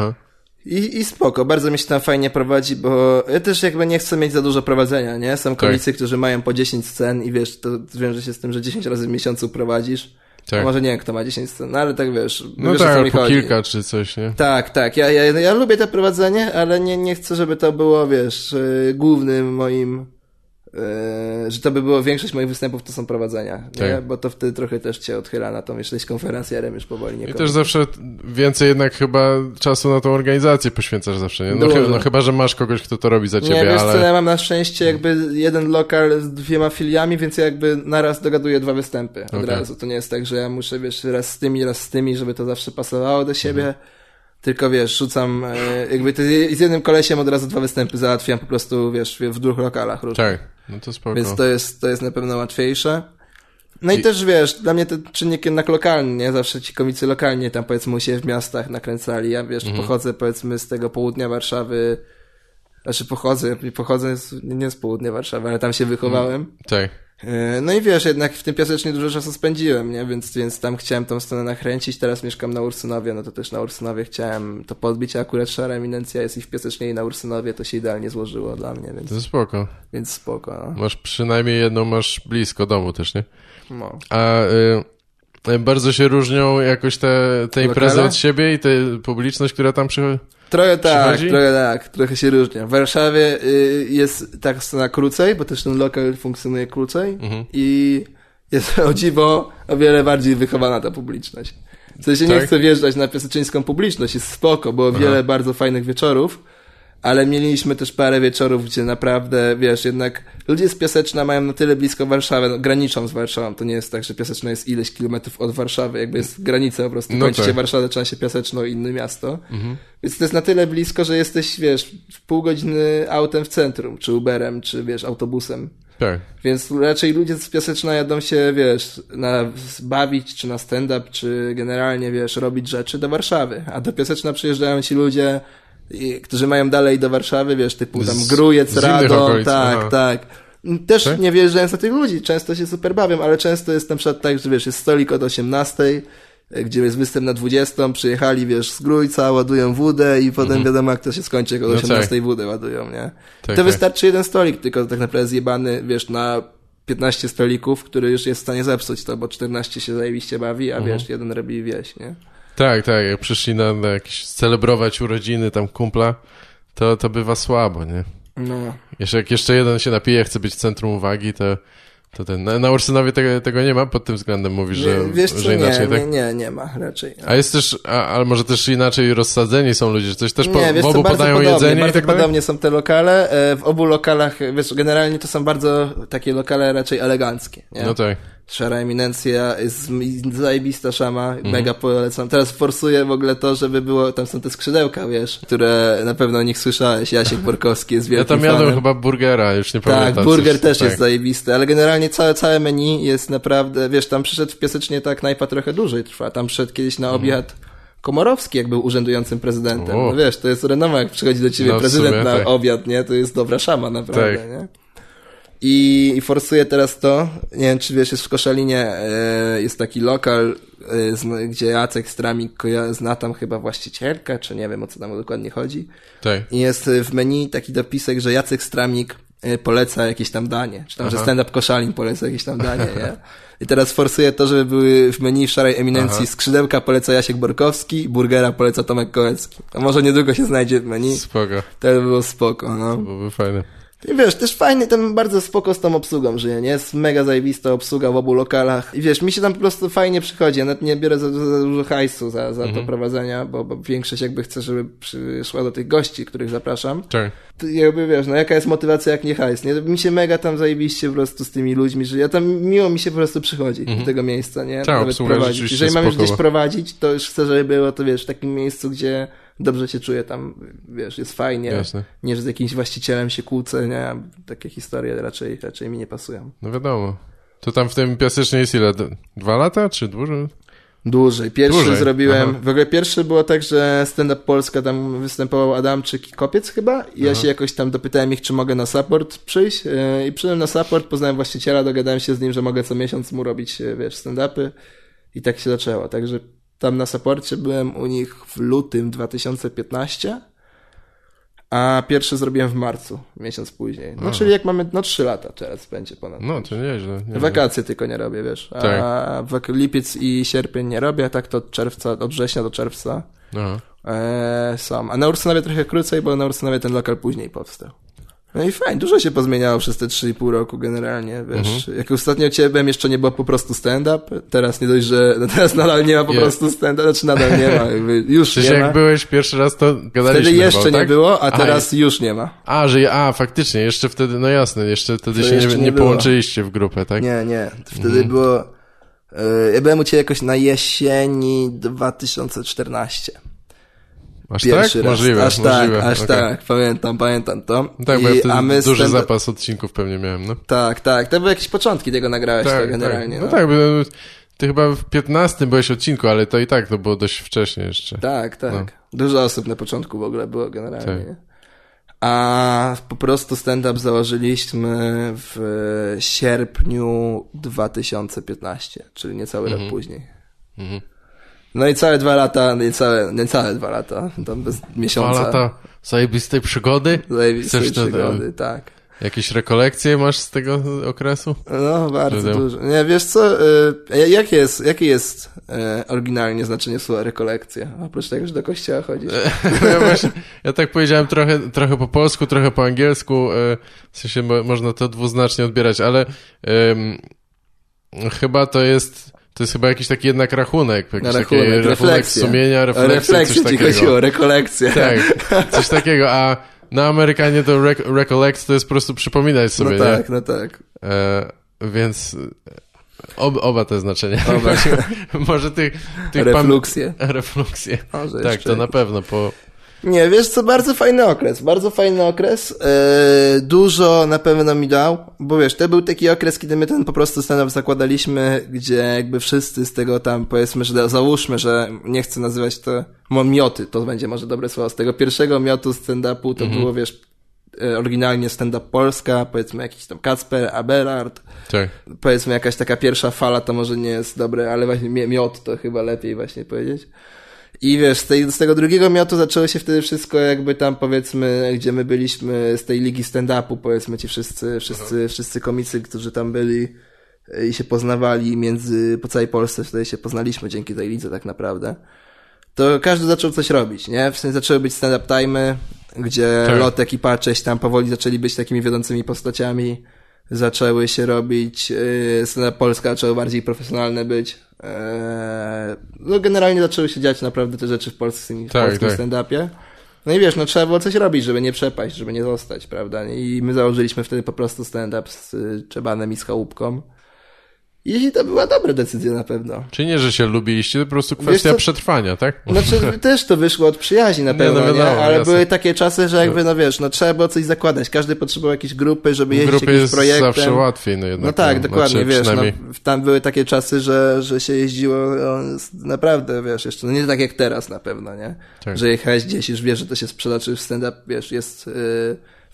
I spoko, bardzo mi się tam fajnie prowadzi, bo ja też jakby nie chcę mieć za dużo prowadzenia, nie? Są komicy, którzy mają po 10 scen i wiesz, to wiąże się z tym, że 10 razy w miesiącu prowadzisz. Tak. A może nie wiem, kto ma 10 scen, no ale tak wiesz. No wiesz, tak, o co mi chodzi. kilka czy coś, nie? Tak. Ja lubię to prowadzenie, ale nie chcę, żeby to było, wiesz, głównym moim... że to by było większość moich występów to są prowadzenia, nie? Bo to wtedy trochę też cię odchyla na tą, jesteś konferencjerem już powoli. I też zawsze więcej jednak chyba czasu na tą organizację poświęcasz zawsze, nie? No chyba, że masz kogoś, kto to robi za ciebie, nie, wiesz ale... co, ja mam na szczęście jakby jeden lokal z 2 filiami, więc ja jakby naraz dogaduję 2 występy od razu. To nie jest tak, że ja muszę, wiesz, raz z tymi, żeby to zawsze pasowało do siebie. Tylko wiesz, rzucam, jakby z jednym kolesiem od razu 2 występy załatwiam po prostu, wiesz, w 2 lokalach różnych. Tak. No to spoko. Więc to jest na pewno łatwiejsze. No i też wiesz, dla mnie to czynnik jednak lokalny, nie? Zawsze ci komicy lokalnie tam powiedzmy u siebie w miastach nakręcali. Ja wiesz, pochodzę powiedzmy z tego południa Warszawy. Znaczy pochodzę nie z południa Warszawy, ale tam się wychowałem. Tak. No i wiesz, jednak w tym Piasecznie dużo czasu spędziłem, nie? Więc tam chciałem tą stronę nakręcić. Teraz mieszkam na Ursynowie, no to też na Ursynowie chciałem to podbić, a akurat Szara Eminencja jest i w Piasecznie i na Ursynowie, to się idealnie złożyło dla mnie, więc... To spoko. Więc spoko, no. Masz przynajmniej jedną, masz blisko domu też, nie? No. A bardzo się różnią jakoś te imprezy od siebie i ta publiczność, która tam przychodzi? Trochę tak, trochę się różnią. W Warszawie jest tak scena krócej, bo też ten lokal funkcjonuje krócej i jest o dziwo o wiele bardziej wychowana ta publiczność. W sensie nie chcę wjeżdżać na piaseczyńską publiczność, jest spoko, było wiele bardzo fajnych wieczorów, ale mieliśmy też parę wieczorów, gdzie naprawdę, wiesz, jednak ludzie z Piaseczna mają na tyle blisko Warszawę, no, graniczą z Warszawą, to nie jest tak, że Piaseczno jest ileś kilometrów od Warszawy, jakby jest granica po prostu, kończycie Warszawę, zaczyna się Piaseczno i inne miasto, więc to jest na tyle blisko, że jesteś, wiesz, w pół godziny autem w centrum, czy Uberem, czy wiesz, autobusem. Tak. Więc raczej ludzie z Piaseczna jadą się, wiesz, bawić, czy na stand-up, czy generalnie, wiesz, robić rzeczy do Warszawy, a do Piaseczna przyjeżdżają ci ludzie, którzy mają dalej do Warszawy, wiesz, typu tam Grójec, Radom, tak. Też nie wjeżdżając na tych ludzi, często się super bawią, ale często jest na przykład tak, że wiesz, jest stolik od 18, gdzie jest występ na 20, przyjechali, wiesz, z Grójca, ładują wódę i potem wiadomo, jak to się skończy, jak od 18 wódę ładują, nie? To wystarczy jeden stolik, tylko tak naprawdę zjebany, wiesz, na 15 stolików, który już jest w stanie zepsuć to, bo 14 się zajebiście bawi, a wiesz, jeden robi wieś, nie? Tak, jak przyszli na jakieś celebrować urodziny tam kumpla, to bywa słabo, nie? No. Jak jeszcze jeden się napije, chce być w centrum uwagi, to na Ursynowie tego nie ma, pod tym względem mówisz, że, wiesz co, że inaczej, tak? Nie ma raczej. A jest też, ale może też inaczej rozsadzeni są ludzie, coś też w obu podają jedzenie bardzo i tak dalej? podobnie są te lokale, w obu lokalach, wiesz, generalnie to są bardzo takie lokale raczej eleganckie, nie? No tak. Szara Eminencja jest zajebista szama, mega polecam. Teraz forsuję w ogóle to, żeby było, tam są te skrzydełka, wiesz, które na pewno o nich słyszałeś, Jasiek Borkowski jest wielkim fanem. Ja tam jadłem chyba burgera, już nie pamiętam. Tak, burger też jest zajebisty, ale generalnie całe menu jest naprawdę, wiesz, tam przyszedł w Piasecznie ta knajpa trochę dłużej trwa, tam przyszedł kiedyś na obiad Komorowski, jak był urzędującym prezydentem. No wiesz, to jest renoma, jak przychodzi do ciebie prezydent na obiad, nie? To jest dobra szama, naprawdę, nie? I forsuję teraz to, nie wiem czy wiesz, jest w Koszalinie, jest taki lokal, gdzie Jacek Stramik zna tam chyba właścicielkę, czy nie wiem o co tam dokładnie chodzi. Tak. I jest w menu taki dopisek, że Jacek Stramik poleca jakieś tam danie, czy tam, że stand-up Koszalin poleca jakieś tam danie, nie? I teraz forsuję to, żeby były w menu w Szarej Eminencji skrzydełka poleca Jasiek Borkowski, burgera poleca Tomek Kołecki. A może niedługo się znajdzie w menu. Spoko. To by było spoko, no. To byłoby fajne. I wiesz, też fajny, ten bardzo spoko z tą obsługą żyje, nie? Jest mega zajebista obsługa w obu lokalach. I wiesz, mi się tam po prostu fajnie przychodzi. Ja nawet nie biorę za dużo hajsu za to prowadzenia, bo większość jakby chce, żeby przyszła do tych gości, których zapraszam. Tak. Jakby wiesz, no jaka jest motywacja jak nie hajs, nie? Mi się mega tam zajebiście po prostu z tymi ludźmi, że ja tam miło mi się po prostu przychodzi do tego miejsca, nie? Tak, nawet prowadzić. Jeżeli mam już gdzieś prowadzić, to już chcę, żeby było to, wiesz, w takim miejscu, gdzie dobrze się czuję tam, wiesz, jest fajnie. Jasne. Nie, że z jakimś właścicielem się kłócę, nie? Takie historie raczej mi nie pasują. No wiadomo. To tam w tym Piasecznie jest ile? 2 lata, czy dłużej? Dłużej. Pierwszy zrobiłem, Aha. w ogóle pierwszy było tak, że Stand Up Polska tam występował Adamczyk i Kopiec chyba i ja się jakoś tam dopytałem ich, czy mogę na support przyjść i przyszedłem na support, poznałem właściciela, dogadałem się z nim, że mogę co miesiąc mu robić, wiesz, stand-upy i tak się zaczęło. Także tam na supporcie byłem u nich w lutym 2015, a pierwszy zrobiłem w marcu, miesiąc później. No czyli jak mamy, 3 lata teraz będzie ponad. No to nieźle. Wakacje tylko nie robię, wiesz. A lipiec i sierpień nie robię, tak to od września do czerwca są. A na Ursynowie trochę krócej, bo na Ursynowie ten lokal później powstał. No i fajnie, dużo się pozmieniało przez te 3,5 roku generalnie, wiesz. Jak ostatnio ciebie byłem, jeszcze nie było po prostu stand-up, teraz nie dość, że teraz nadal nie ma po prostu stand-up, znaczy nadal nie ma, już Przecież nie ma. jak byłeś pierwszy raz, to gadaliśmy. Wtedy jeszcze chyba, nie tak? było, a teraz już nie ma. Faktycznie, jeszcze wtedy, no jasne, jeszcze wtedy To się jeszcze nie było. połączyliście w grupę, tak? Nie, wtedy było, ja byłem u ciebie jakoś na jesieni 2014. Aż Pierwszy tak? raz. Możliwe. Aż tak, pamiętam to. Tak, bo ja wtedy duży zapas odcinków pewnie miałem, no. Tak, to były jakieś początki tego nagrałeś to generalnie. No tak, ty chyba w 15 byłeś odcinku, ale to i tak to było dość wcześnie jeszcze. Tak. No. Dużo osób na początku w ogóle było generalnie. Tak. A po prostu stand-up założyliśmy w sierpniu 2015, czyli niecały rok później. No i całe 2 lata, niecałe 2 lata, tam bez miesiąca. 2 lata zajebistej przygody? Zajebistej przygody, tak. Jakieś rekolekcje masz z tego okresu? No, bardzo dużo. Nie, wiesz co, jakie jest oryginalnie znaczenie słowa rekolekcja? Oprócz tego, że do kościoła chodzisz. Ja tak powiedziałem trochę po polsku, trochę po angielsku, w sensie można to dwuznacznie odbierać, ale chyba to jest chyba jakiś taki jednak rachunek, taki rachunek sumienia, refleksja, coś takiego. Ci chodziło, rekolekcja. Tak, coś takiego, a na Amerykanie to recollect to jest po prostu przypominać sobie, No tak. Więc oba te znaczenia. Może tych refluksje. Refluksje. Tak, to na pewno Nie, wiesz co, bardzo fajny okres. Dużo na pewno mi dał, bo wiesz, to był taki okres, kiedy my ten po prostu stand-up zakładaliśmy, gdzie jakby wszyscy z tego tam, powiedzmy, że załóżmy, że nie chcę nazywać to mioty, to będzie może dobre słowo, z tego pierwszego miotu stand-upu to było, wiesz, oryginalnie stand-up Polska, powiedzmy jakiś tam Kacper, Aberard, tak. Powiedzmy jakaś taka pierwsza fala, to może nie jest dobre, ale właśnie miot to chyba lepiej właśnie powiedzieć. I wiesz, z tego drugiego miotu zaczęło się wtedy wszystko jakby tam, powiedzmy, gdzie my byliśmy z tej ligi stand-upu, powiedzmy ci wszyscy komicy, którzy tam byli i się poznawali po całej Polsce, wtedy się poznaliśmy dzięki tej lidze tak naprawdę. To każdy zaczął coś robić, nie? W sensie zaczęły być stand-up time'y, gdzie Lotek i Pacześ tam powoli zaczęli być takimi wiodącymi postaciami. Zaczęły się robić, stand-up Polska zaczęły bardziej profesjonalne być. No generalnie zaczęły się dziać naprawdę te rzeczy w polskim stand-upie. No i wiesz, no trzeba było coś robić, żeby nie przepaść, żeby nie zostać, prawda? I my założyliśmy wtedy po prostu stand-up z Czebanem i z Chałupką. I to była dobra decyzja na pewno. Czyli nie, że się lubiliście, to po prostu kwestia przetrwania, tak? Znaczy też to wyszło od przyjaźni na pewno, nie? Ale jasne. Były takie czasy, że jakby, no wiesz, no trzeba było coś zakładać. Każdy potrzebował jakiejś grupy, żeby jeździć jakimś projektem. Jest zawsze łatwiej, no jednak. No tak, dokładnie, wiesz, tam były takie czasy, że się jeździło naprawdę, wiesz, jeszcze, no nie tak jak teraz na pewno, nie? Tak. Że jechałeś gdzieś, już wiesz, że to się sprzeda, czy stand-up, wiesz, jest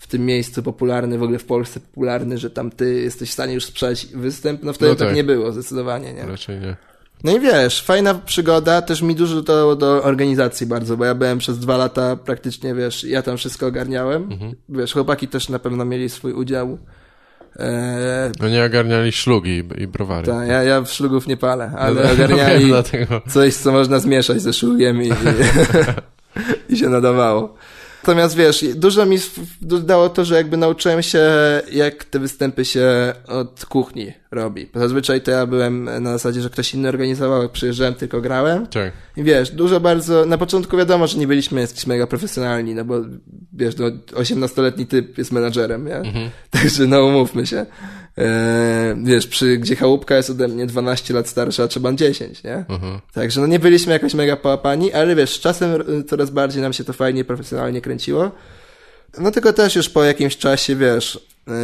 w tym miejscu popularny, w ogóle w Polsce popularny, że tam ty jesteś w stanie już sprzedać występ, no wtedy tak nie było, zdecydowanie, nie? Raczej nie. No i wiesz, fajna przygoda, też mi dużo do organizacji bardzo, bo ja byłem przez 2 lata praktycznie, wiesz, ja tam wszystko ogarniałem, wiesz, chłopaki też na pewno mieli swój udział. No nie ogarniali szlugi i browary. Tak, ja w szlugów nie palę, ale ogarniali coś, co można zmieszać ze szlugiem i się nadawało. Natomiast wiesz, dużo mi dało to, że jakby nauczyłem się, jak te występy się od kuchni robi. Bo zazwyczaj to ja byłem na zasadzie, że ktoś inny organizował, jak przyjeżdżałem, tylko grałem. Tak. I wiesz, dużo bardzo, na początku wiadomo, że nie byliśmy jakiś mega profesjonalni, no bo wiesz, no 18-letni typ jest menadżerem, nie? Także no umówmy się. Wiesz, gdzie chałupka jest ode mnie 12 lat starsza, a trzeba 10, nie? Także no nie byliśmy jakoś mega połapani, ale wiesz, z czasem coraz bardziej nam się to fajnie, profesjonalnie kręciło. No tylko też już po jakimś czasie, wiesz,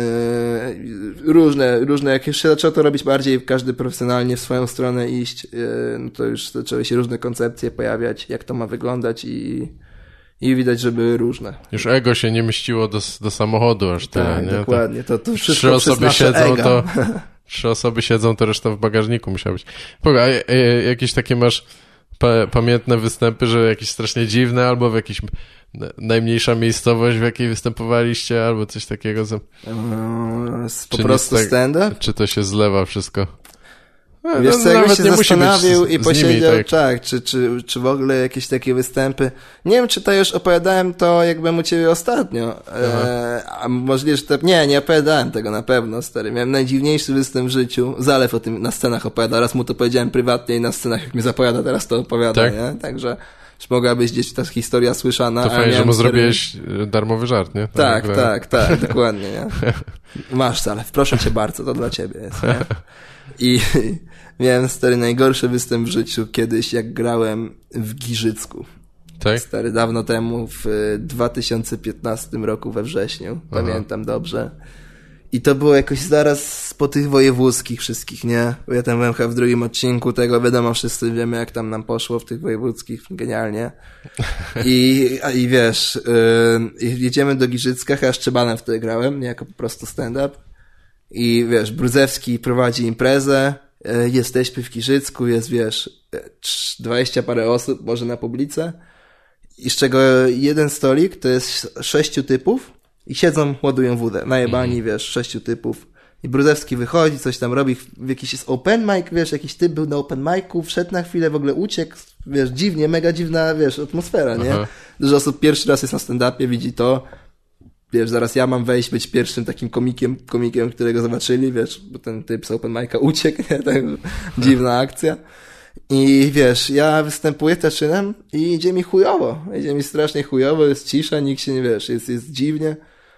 różne, jak już się zaczęło to robić bardziej, każdy profesjonalnie w swoją stronę iść, no to już zaczęły się różne koncepcje pojawiać, jak to ma wyglądać i widać, że były różne. Już ego się nie mieściło do samochodu aż tyle, tak, nie? Dokładnie. To wszystko 3 osoby siedzą, ega. to 3 osoby siedzą, to reszta w bagażniku musiała być. A jakieś takie masz pamiętne występy, że jakieś strasznie dziwne, albo w jakiejś najmniejsza miejscowość, w jakiej występowaliście, albo coś takiego? Po prostu stand-up? Czy to się zlewa wszystko? Wiesz co, jakby się zastanowił i posiedział, tak, czy w ogóle jakieś takie występy. Nie wiem, czy to już opowiadałem to jakbym u ciebie ostatnio. A możliwe, że to... Nie opowiadałem tego na pewno, stary. Miałem najdziwniejszy występ w życiu. Zalew o tym na scenach opowiada. Raz mu to powiedziałem prywatnie i na scenach, jak mi zapowiada, teraz to opowiada, tak? Nie? Także mogłabyś gdzieś ta historia słyszana. To fajnie, że mu zrobiłeś darmowy żart, nie? Tak, dokładnie, nie? Masz, Zalew, proszę cię bardzo, to dla ciebie jest, nie? I miałem, stary, najgorszy występ w życiu kiedyś, jak grałem w Giżycku. Tak? Stary, dawno temu, w 2015 roku we wrześniu. Pamiętam dobrze. I to było jakoś zaraz po tych wojewódzkich wszystkich, nie? Bo ja tam byłem chyba w drugim odcinku tego, wiadomo, wszyscy wiemy, jak tam nam poszło w tych wojewódzkich, genialnie. I wiesz, jedziemy do Giżycka, chyba z Czebanem wtedy grałem, nie jako po prostu stand-up. I wiesz, Brudzewski prowadzi imprezę, jesteśmy w Giżycku, jest, wiesz, 20 parę osób może na publice, i z czego jeden stolik to jest 6 typów i siedzą, ładują wódę, najebani, wiesz, 6 typów. I Brudzewski wychodzi, coś tam robi, jakiś jest open mic, wiesz, jakiś typ był na open micu, wszedł na chwilę, w ogóle uciekł, wiesz, dziwnie, mega dziwna, wiesz, atmosfera, nie? Dużo osób pierwszy raz jest na stand-upie, widzi to, wiesz, zaraz ja mam wejść, być pierwszym takim komikiem, którego zobaczyli, wiesz, bo ten typ z open mic'a uciekł, nie? Tak, dziwna akcja. I wiesz, ja występuję, zaczynam i idzie mi chujowo. Idzie mi strasznie chujowo, jest cisza, nikt się nie, wiesz, jest dziwnie.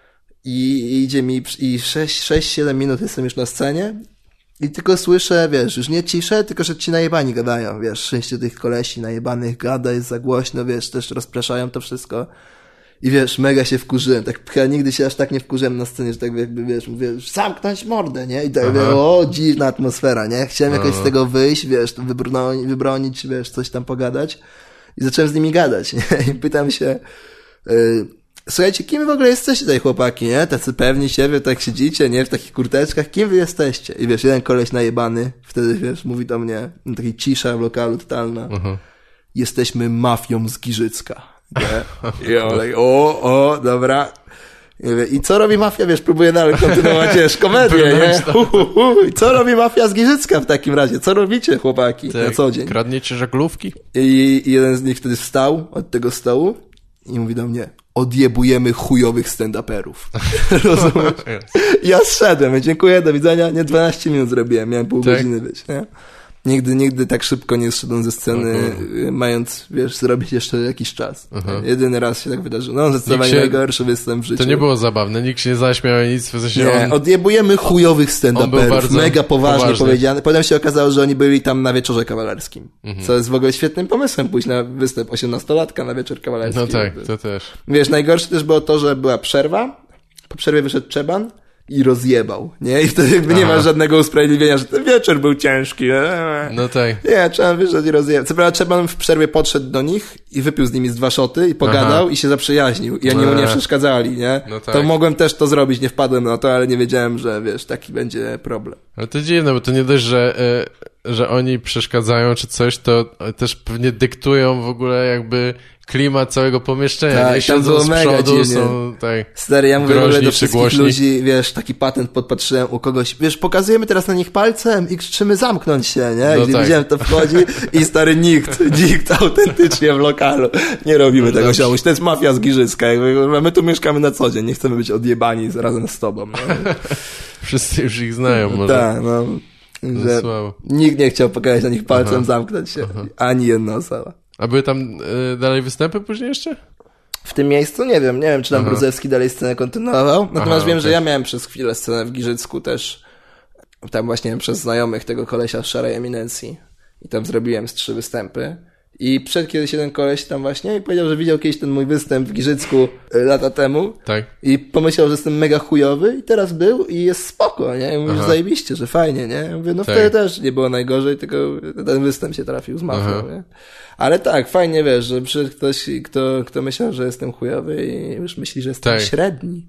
I idzie mi, i 6-7 minut jestem już na scenie i tylko słyszę, wiesz, już nie ciszę, tylko że ci najebani gadają, wiesz, 6 tych kolesi najebanych gada, jest za głośno, wiesz, też rozpraszają to wszystko. I wiesz, mega się wkurzyłem, tak chyba nigdy się aż tak nie wkurzyłem na scenie, że tak jakby, wiesz, mówię, zamknąć mordę, nie? I tak mówię, o, dziwna atmosfera, nie? Chciałem jakoś z tego wyjść, wiesz, wybronić, wiesz, coś tam pogadać i zacząłem z nimi gadać, nie? I pytam się, słuchajcie, kim wy w ogóle jesteście tutaj, chłopaki, nie? Tacy pewni siebie, tak siedzicie, nie? W takich kurteczkach, kim wy jesteście? I wiesz, jeden koleś najebany, wtedy, wiesz, mówi do mnie, takiej cisza w lokalu totalna, jesteśmy mafią z Giżycka. Nie? I ja like, dobra. I co robi mafia? Wiesz, próbuję dalej kontynuować, wiesz, komedię, nie? I co robi mafia z Giżycka w takim razie? Co robicie, chłopaki, na co dzień? Kradniecie żaglówki? I jeden z nich wtedy wstał od tego stołu i mówi do mnie, odjebujemy chujowych stand-uperów. Rozumiesz? Ja zszedłem, dziękuję, do widzenia. Nie, 12 minut zrobiłem, miałem pół godziny być, nie? Nigdy tak szybko nie zszedłem ze sceny, mając, wiesz, zrobić jeszcze jakiś czas. Jedyny raz się tak wydarzyło. No, zdecydowanie najgorszy występ w życiu. To nie było zabawne, nikt się nie zaśmiał nic. W sensie nie, odjebujemy chujowych stand-uperów. Mega poważnie powiedziane. Potem się okazało, że oni byli tam na wieczorze kawalerskim. Co jest w ogóle świetnym pomysłem, pójść na występ 18-latka na wieczór kawalerski. No tak, to też. Wiesz, najgorsze też było to, że była przerwa. Po przerwie wyszedł Czeban i rozjebał, nie? I wtedy jakby nie ma żadnego usprawiedliwienia, że ten wieczór był ciężki. No tak. Nie, Czeban wyszedł i rozjebał. Co prawda Czeban w przerwie podszedł do nich i wypił z nimi z 2 szoty i pogadał i się zaprzyjaźnił i oni mu nie przeszkadzali, nie? No tak. To mogłem też to zrobić, nie wpadłem na to, ale nie wiedziałem, że wiesz, taki będzie problem. Ale to dziwne, bo to nie dość, że oni przeszkadzają czy coś, to też pewnie dyktują w ogóle jakby klimat całego pomieszczenia. Tak, nie siedzą z przodu, są tak. Stary, ja mówię w ogóle do wszystkich głośni. ludzi, wiesz, taki patent podpatrzyłem u kogoś, wiesz, pokazujemy teraz na nich palcem i krzyczymy zamknąć się, nie? No I tak. widziałem, to wchodzi i stary nikt autentycznie w lokalu. Nie robimy tego, ziomuś, to jest mafia z Giżycka, jakby, my tu mieszkamy na co dzień, nie chcemy być odjebani razem z tobą. No. Wszyscy już ich znają może. Tak, no. Że nikt nie chciał pokazać na nich palcem, zamknąć się. Ani jedna osoba. A były tam dalej występy później jeszcze? W tym miejscu nie wiem, czy tam Bruzewski dalej scenę kontynuował. Natomiast wiem, że ja miałem przez chwilę scenę w Giżycku też. Tam właśnie przez znajomych tego kolesia z Szarej Eminencji. I tam zrobiłem z 3 występy. I przed kiedyś jeden koleś tam właśnie i powiedział, że widział kiedyś ten mój występ w Giżycku lata temu. Tak. I pomyślał, że jestem mega chujowy i teraz był i jest spoko, nie? I mówię, że zajebiście, że fajnie, nie? Ja mówię, no tak. Wtedy też nie było najgorzej, tylko ten występ się trafił z mafią, nie? Ale tak, fajnie wiesz, że przyszedł ktoś, kto myślał, że jestem chujowy i już myśli, że jestem średni.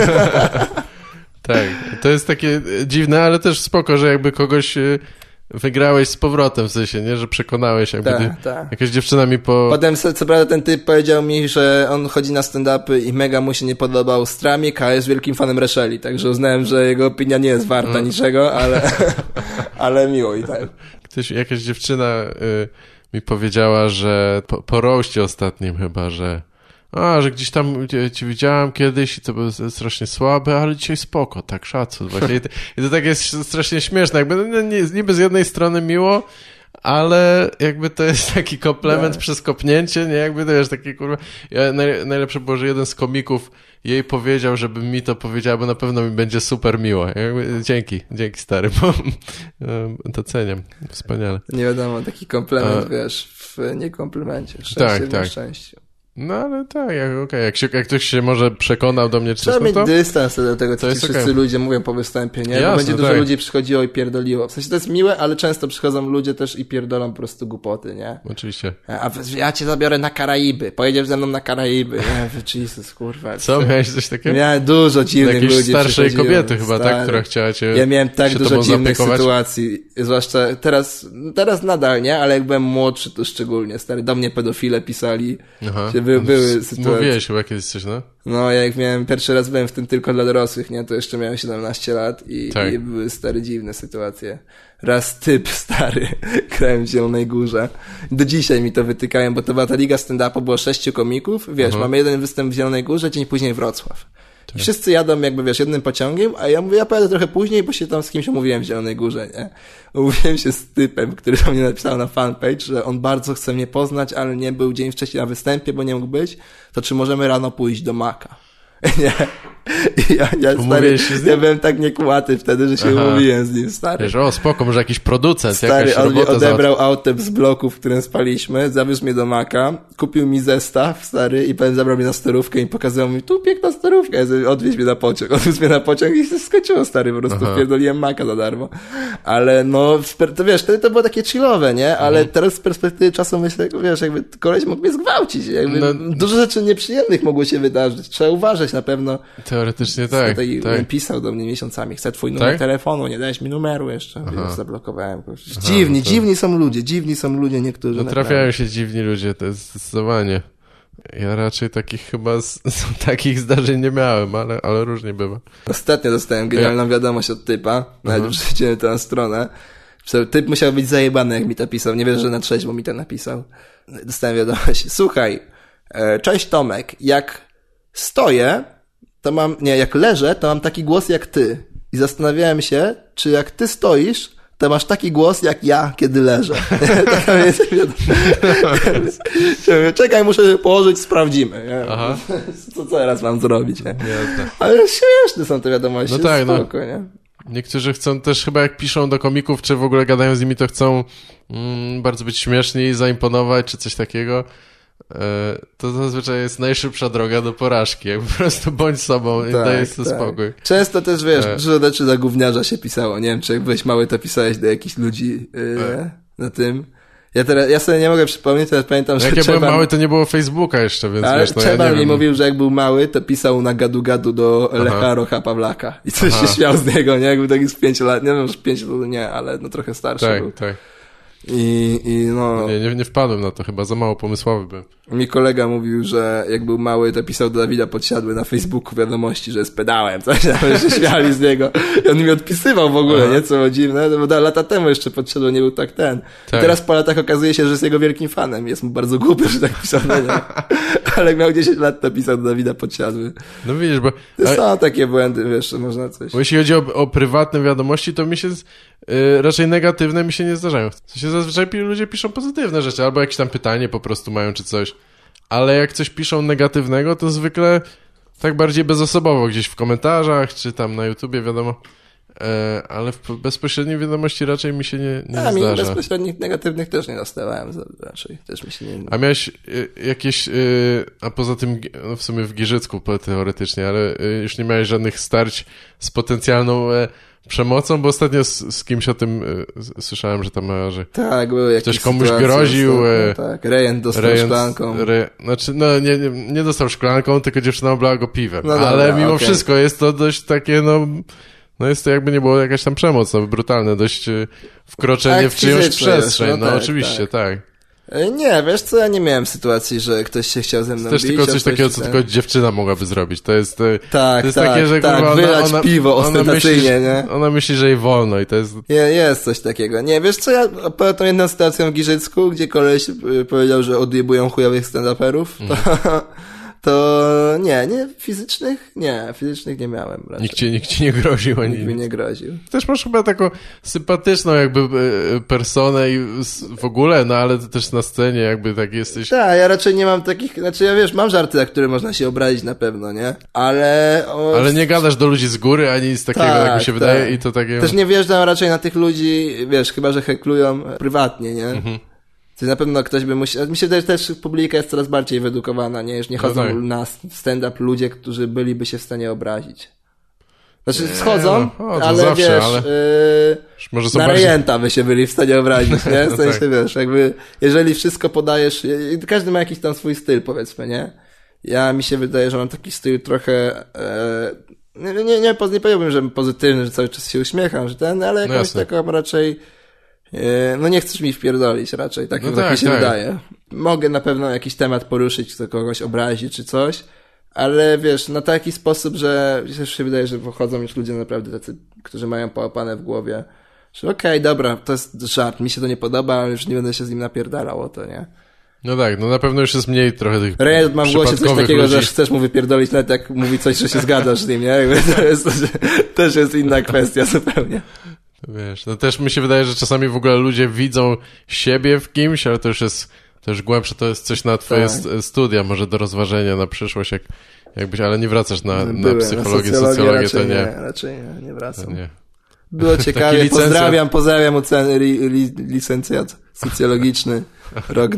Tak, to jest takie dziwne, ale też spoko, że jakby kogoś wygrałeś z powrotem, w sensie, nie? Że przekonałeś, jakby jakaś dziewczyna mi Potem, co prawda, ten typ powiedział mi, że on chodzi na stand-upy i mega mu się nie podobał Stramik, a jest wielkim fanem Reszeli, także uznałem, że jego opinia nie jest warta niczego, ale miło i tak. Jakaś dziewczyna mi powiedziała, że po roście ostatnim chyba, że że gdzieś tam cię widziałem kiedyś i to było strasznie słabe, ale dzisiaj spoko, tak, szacun. Właśnie. I to tak jest strasznie śmieszne, jakby niby z jednej strony miło, ale jakby to jest taki komplement przez kopnięcie, nie? Jakby to jest takie kurwa... Najlepsze było, że jeden z komików jej powiedział, żeby mi to powiedziała, bo na pewno mi będzie super miło. Jakby, dzięki stary, bo doceniam. Wspaniale. Nie wiadomo, taki komplement, wiesz, w niekomplemencie. Szczęście w nieszczęściu. No ale tak, jak ktoś się może przekonał do mnie, czy trzeba mieć dystans do tego, co ci wszyscy ludzie mówią po występie, nie? Jasne, bo będzie dużo ludzi przychodziło i pierdoliło. W sensie to jest miłe, ale często przychodzą ludzie też i pierdolą po prostu głupoty, nie? Oczywiście. A ja cię zabiorę na Karaiby. Pojedziesz ze mną na Karaiby. Nie, Jesus, kurwa. Co, miałeś coś takiego? Miałem dużo dziwnych ludzi. Jakiejś starszej kobiety chyba, tak? Która chciała cię Ja miałem tak dużo dziwnych sytuacji. Zwłaszcza teraz nadal, nie? Ale jak byłem młodszy, to szczególnie. Stary, do mnie pedofile pisali. Były sytuacje. Mówiłeś chyba kiedyś coś, no? No, jak miałem pierwszy raz byłem w tym tylko dla dorosłych, nie? To jeszcze miałem 17 lat i były stare dziwne sytuacje. Raz typ stary grałem w Zielonej Górze. Do dzisiaj mi to wytykają, bo to była ta liga stand-upu, było 6 komików. Wiesz, mamy jeden występ w Zielonej Górze, dzień później Wrocław. I wszyscy jadą jakby, wiesz, jednym pociągiem, a ja mówię, ja pojadę trochę później, bo się tam z kimś umówiłem w Zielonej Górze, nie? Umówiłem się z typem, który do mnie napisał na fanpage, że on bardzo chce mnie poznać, ale nie był dzień wcześniej na występie, bo nie mógł być, to czy możemy rano pójść do Maka? Nie. Ja byłem tak niekłaty wtedy, że się umówiłem z nim, stary. Wiesz, spoko, może jakiś producent, stary, jakaś robota. On odebrał autem z bloku, w którym spaliśmy, zawiózł mnie do Maka, kupił mi zestaw, stary, i potem zabrał mnie na starówkę i pokazał mi, tu piękna starówka, odwieź mnie na pociąg. Odwiózł mnie na pociąg i się skończyło, stary, po prostu wpierdoliłem Maka za darmo. Ale no, to wiesz, wtedy to było takie chillowe, nie? Ale teraz z perspektywy czasu myślę, wiesz, jakby koleś mógł mnie zgwałcić, jakby dużo rzeczy nieprzyjemnych mogło się wydarzyć. Trzeba uważać na pewno. Teoretycznie tak. Pisał do mnie miesiącami, chcę twój numer telefonu, nie dałeś mi numeru jeszcze, więc zablokowałem. Dziwni są ludzie niektórzy. No trafiają się dziwni ludzie, to jest zdecydowanie. Ja raczej takich chyba takich zdarzeń nie miałem, ale różnie bywa. Ostatnio dostałem genialną wiadomość od typa, nawet wrzuciłem to na stronę. Typ musiał być zajebany, jak mi to pisał, nie wierzę, że na trzeźwo mi to napisał. Dostałem wiadomość, słuchaj, cześć Tomek, jak stoję, to jak leżę, to mam taki głos jak ty. I zastanawiałem się, czy jak ty stoisz, to masz taki głos jak ja, kiedy leżę. Taka jest wiadomość. Czekaj, muszę się położyć, sprawdzimy. Co teraz mam zrobić? Nie? Ale śmieszne są te wiadomości. No tak, spoko, nie? Niektórzy chcą też chyba jak piszą do komików, czy w ogóle gadają z nimi, to chcą bardzo być śmieszni, zaimponować, czy coś takiego. To zazwyczaj jest najszybsza droga do porażki. Jak po prostu bądź sobą i daj sobie spokój. Często też, wiesz, dużo rzeczy za gówniarza się pisało. Nie wiem, czy jak byłeś mały, to pisałeś do jakichś ludzi na tym. Ja sobie nie mogę przypomnieć, ale pamiętam, że jak ja byłem mały, to nie było Facebooka jeszcze, więc ale wiesz, no Czeban ja mi mówił, że jak był mały, to pisał na gadu-gadu do Lecha Rocha Pawlaka. I coś się śmiał z niego, nie? Jakby taki z 5 lat, nie wiem, że 5 lat nie, ale no trochę starszy był. Tak. I no... Nie wpadłem na to, chyba za mało pomysłowy byłem. Mi kolega mówił, że jak był mały, to pisał do Dawida Podsiadły na Facebooku wiadomości, że jest pedałem, coś tam, że śmiali z niego. I on mi odpisywał w ogóle, nie? Co było dziwne, no bo lata temu jeszcze Podsiadły nie był tak ten. I teraz po latach okazuje się, że jest jego wielkim fanem. Jest mu bardzo głupio, że tak pisał do niego. Ale jak miał 10 lat, to pisał do Dawida Podsiadły. No widzisz, bo... Są takie błędy, wiesz, można coś... Bo jeśli chodzi o prywatne wiadomości, to mi się... raczej negatywne mi się nie zdarzają. W sensie zazwyczaj ludzie piszą pozytywne rzeczy, albo jakieś tam pytanie po prostu mają, czy coś. Ale jak coś piszą negatywnego, to zwykle tak bardziej bezosobowo, gdzieś w komentarzach, czy tam na YouTubie, wiadomo. Ale w bezpośredniej wiadomości raczej mi się nie zdarza. Mi bezpośrednich negatywnych też nie dostawałem, raczej też mi się nie... A miałeś jakieś... a poza tym, no w sumie w Giżycku teoretycznie, ale już nie miałeś żadnych starć z potencjalną... przemocą, bo ostatnio z kimś o tym słyszałem, że tam że tak, były jakieś ktoś komuś groził. Tak, rejent dostał szklanką. Znaczy, no nie dostał szklanką, tylko dziewczyna oblała go piwem. No ale dobra, mimo wszystko jest to dość takie, no jest to jakby nie było jakaś tam przemoc, brutalne, dość wkroczenie w czyjąś przestrzeń. No oczywiście, tak. Nie, wiesz co, ja nie miałem sytuacji, że ktoś się chciał ze mną bić. To jest tylko coś takiego, co tylko dziewczyna mogłaby zrobić. To jest takie, że kurwa, wylać piwo ostentacyjnie, nie? Ona myśli, że jej wolno i to jest... Jest coś takiego. Nie, wiesz co, ja opowiadam tą jedną sytuację w Giżycku, gdzie koleś powiedział, że odjebują chujowych stand-uperów. To nie, fizycznych nie miałem raczej. Nikt ci nie groził ani nikt mi nie groził. Też masz chyba taką sympatyczną jakby personę i w ogóle, no ale też na scenie jakby tak jesteś... Tak, ja raczej nie mam takich, znaczy ja wiesz, mam żarty, na które można się obrazić na pewno, nie? Ale nie gadasz do ludzi z góry, ani nic takiego, jak mi się wydaje i to takie... Też nie wjeżdżam raczej na tych ludzi, wiesz, chyba, że heklują prywatnie, nie? To na pewno ktoś by musiał... Mi się wydaje, że też publika jest coraz bardziej wyedukowana, nie? Już nie chodzą na stand-up ludzie, którzy byliby się w stanie obrazić. Znaczy schodzą, ale zawsze, wiesz... Ale... może na rejenta by się byli w stanie obrazić, nie? W sensie, tak. Wiesz, jakby... Jeżeli wszystko podajesz... Każdy ma jakiś tam swój styl, powiedzmy, nie? Mi się wydaje, że mam taki styl trochę... Nie powiedziałbym, że pozytywny, że cały czas się uśmiecham, że ale jakąś taką raczej... No nie chcesz mi wpierdolić raczej, tak mi się wydaje. Mogę na pewno jakiś temat poruszyć, kto kogoś obrazi czy coś, ale wiesz, na taki sposób, że też się wydaje, że pochodzą już ludzie naprawdę tacy, którzy mają połapane w głowie, że okej, dobra, to jest żart, mi się to nie podoba, ale już nie będę się z nim napierdalał o to, nie? No tak, no na pewno już jest mniej trochę tych Rejent ma w głosie coś takiego, ludzi. Że chcesz mu wypierdolić, nawet jak mówi coś, że się zgadzasz z nim, nie? Też jest inna kwestia zupełnie. Wiesz, no też mi się wydaje, że czasami w ogóle ludzie widzą siebie w kimś, ale to już jest też głębsze, to jest coś na twoje studia, może do rozważenia na przyszłość, jakbyś, ale nie wracasz na psychologię, socjologię, to nie. Raczej nie wracam. Nie. Było ciekawie, pozdrawiam uczelnię licencjat socjologiczny, rok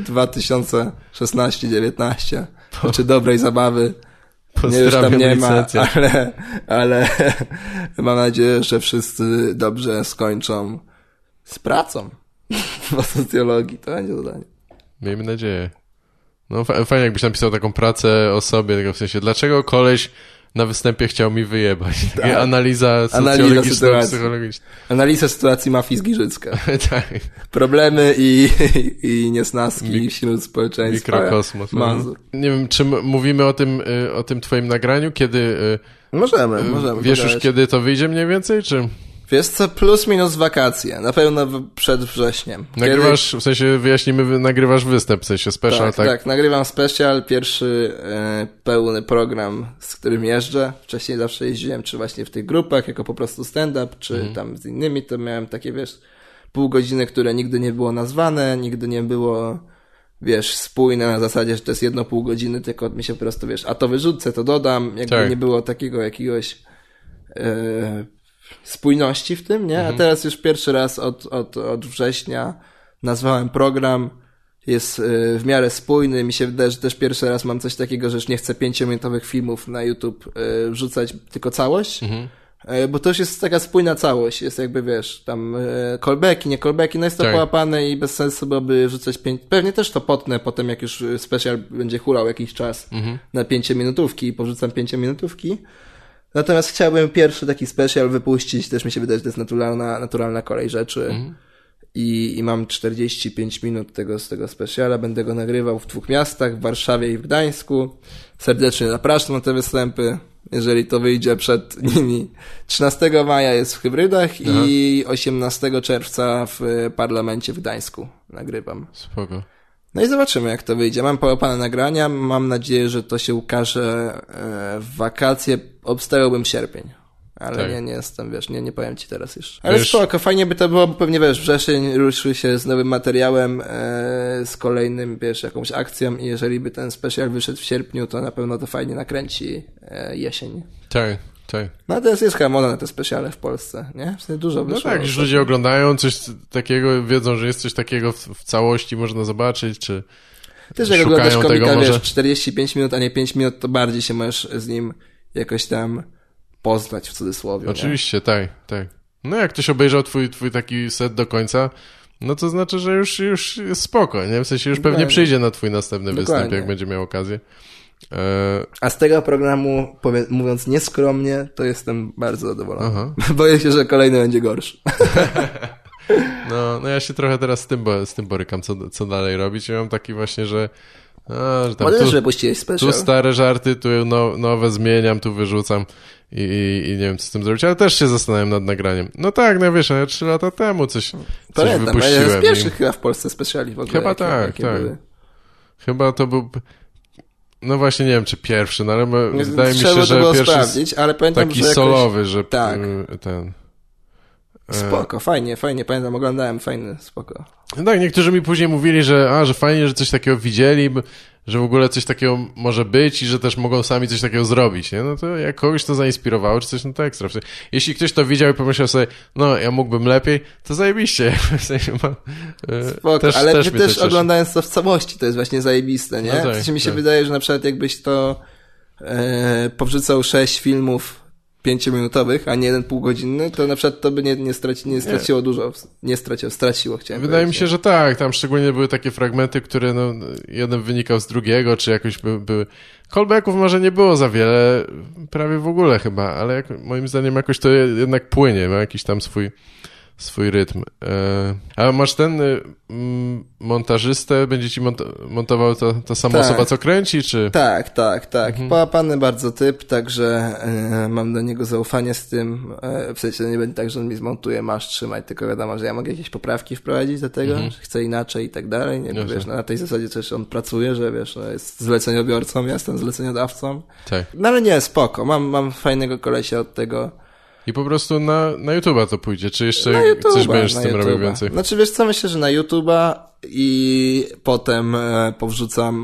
2016-19, czy dobrej zabawy. Nie, już tam nie ma, ale mam nadzieję, że wszyscy dobrze skończą z pracą po socjologii. To będzie zadanie. Miejmy nadzieję. No fajnie, jakbyś napisał taką pracę o sobie, tego w sensie, dlaczego koleś na występie chciał mi wyjebać. Tak. Analiza socjologiczna. Analiza sytuacji mafii z Giżycka. Tak. Problemy i niesnaski wśród społeczeństwa. Mikrokosmos. Mazur. Nie wiem, czy mówimy o tym twoim nagraniu, kiedy... Możemy. Wiesz już, kiedy to wyjdzie mniej więcej, czy... Wiesz co, plus minus wakacje. Na pewno przed wrześniem. Nagrywasz, w sensie wyjaśnimy, nagrywasz występ, w sensie special, tak? Tak, nagrywam special, pierwszy pełny program, z którym jeżdżę. Wcześniej zawsze jeździłem, czy właśnie w tych grupach, jako po prostu stand-up, czy tam z innymi, to miałem takie, wiesz, pół godziny, które nigdy nie było nazwane, nigdy nie było, wiesz, spójne na zasadzie, że to jest 1,5 godziny, tylko mi się po prostu, wiesz, a to wyrzucę, to dodam, jakby nie było takiego jakiegoś spójności w tym, nie? A teraz już pierwszy raz od września nazwałem program, jest w miarę spójny, mi się wydaje, że też pierwszy raz mam coś takiego, że już nie chcę 5-minutowych filmów na YouTube wrzucać tylko całość, Bo to już jest taka spójna całość, jest jakby, wiesz, tam callbacki, nie callbacki, no jest to połapane i bez sensu byłoby rzucać pewnie też to potnę potem, jak już special będzie hulał jakiś czas na 5-minutówki i porzucam 5-minutówki. Natomiast chciałbym pierwszy taki special wypuścić, też mi się wydaje, że to jest naturalna kolej rzeczy. I mam 45 minut z tego speciala, będę go nagrywał w 2 miastach, w Warszawie i w Gdańsku. Serdecznie zapraszam na te występy, jeżeli to wyjdzie przed nimi. 13 maja jest w Hybrydach i 18 czerwca w Parlamencie w Gdańsku nagrywam. Spoko. No i zobaczymy, jak to wyjdzie. Mam połapane nagrania, mam nadzieję, że to się ukaże w wakacje. Obstawiałbym sierpień. Ale nie jestem, wiesz, nie powiem ci teraz jeszcze. Ale spoko, fajnie by to było, bo pewnie, wiesz, wrzesień ruszy się z nowym materiałem, z kolejnym, wiesz, jakąś akcją i jeżeli by ten special wyszedł w sierpniu, to na pewno to fajnie nakręci jesień. Tak. No to jest chyba moda na te speciale w Polsce, nie? W sensie dużo wyszło. No tak, już ludzie oglądają coś takiego, wiedzą, że jest coś takiego w całości, można zobaczyć, czy też jak oglądasz komika, wiesz, 45 minut, a nie 5 minut, to bardziej się możesz z nim jakoś tam poznać w cudzysłowie. Oczywiście, nie? Tak. No jak ktoś obejrzał twój taki set do końca, no to znaczy, że już jest spoko, nie? W sensie już pewnie przyjdzie na twój następny występ, jak będzie miał okazję. A z tego programu, mówiąc nieskromnie, to jestem bardzo zadowolony. Boję się, że kolejny będzie gorszy. No ja się trochę teraz z tym borykam, co dalej robić. Ja mam taki właśnie, że tam że puściłeś special. Tu stare żarty, tu nowe zmieniam, tu wyrzucam i nie wiem, co z tym zrobić, ale też się zastanawiam nad nagraniem. No tak, no wiesz, 3 lata temu coś wypuściłem. Z pierwszych chyba w Polsce speciali w ogóle. Chyba tak. Chyba to był... No właśnie, nie wiem, czy pierwszy, no ale wydaje mi się, że pierwszy ale pamiętam, taki że solowy, że tak. ten... Spoko, fajnie, pamiętam, oglądałem, fajny, spoko. No tak, niektórzy mi później mówili, że fajnie, że coś takiego widzieli, że w ogóle coś takiego może być i że też mogą sami coś takiego zrobić, nie? No to jak kogoś to zainspirowało, czy coś, no to ekstra. Jeśli ktoś to widział i pomyślał sobie, no ja mógłbym lepiej, to zajebiście. W sensie spoko, ale też oglądając to w całości, to jest właśnie zajebiste, nie? No tak, w sensie mi się wydaje, że na przykład jakbyś to powrzucał 6 filmów 5-minutowych, a nie 1 półgodzinny, to na przykład to by nie straciło dużo. Straciło, chciałem Wydaje mi się, że tak. Tam szczególnie były takie fragmenty, które jeden wynikał z drugiego, czy jakoś były... Callbacków może nie było za wiele, prawie w ogóle chyba, ale moim zdaniem jakoś to jednak płynie, ma jakiś tam swój rytm. A masz ten montażystę, będzie ci montował ta sama osoba, co kręci, czy? Tak. Połapany bardzo typ, także mam do niego zaufanie z tym. W sensie nie będzie tak, że on mi zmontuje, masz trzymać, tylko wiadomo, że ja mogę jakieś poprawki wprowadzić do tego, że chcę inaczej i tak dalej. Nie, wiesz, na tej zasadzie też on pracuje, że wiesz, jest zleceniobiorcą, ja jestem zleceniodawcą. Tak. No ale nie, spoko. Mam fajnego kolesia od tego. I po prostu na YouTube'a to pójdzie, czy jeszcze coś będziesz z tym robił więcej? Znaczy wiesz co, myślę, że na YouTube'a i potem powrzucam,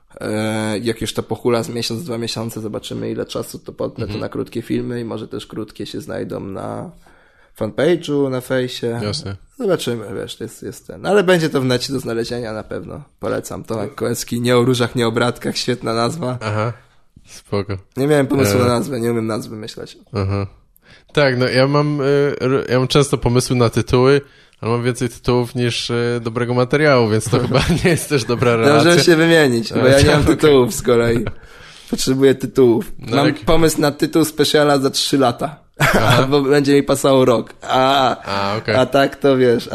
jak już to pohula z 1-2 miesiące, zobaczymy ile czasu to potnę to na krótkie filmy i może też krótkie się znajdą na fanpage'u, na fejsie. Jasne. Zobaczymy, wiesz, jest ten. Ale będzie to w necie do znalezienia na pewno. Polecam. Tomek Kołecki, nie o różach, nie o bratkach, świetna nazwa. Aha, spoko. Nie miałem pomysłu na nazwę, nie umiem nazwy myśleć. Aha. Tak, no ja mam często pomysły na tytuły, ale mam więcej tytułów niż dobrego materiału, więc to chyba nie jest też dobra relacja. Możemy się wymienić, bo ja nie mam tytułów z kolei. Potrzebuję tytułów. Mam pomysł na tytuł speciala za 3 lata. Bo będzie mi pasował rok. Okay. A tak to wiesz,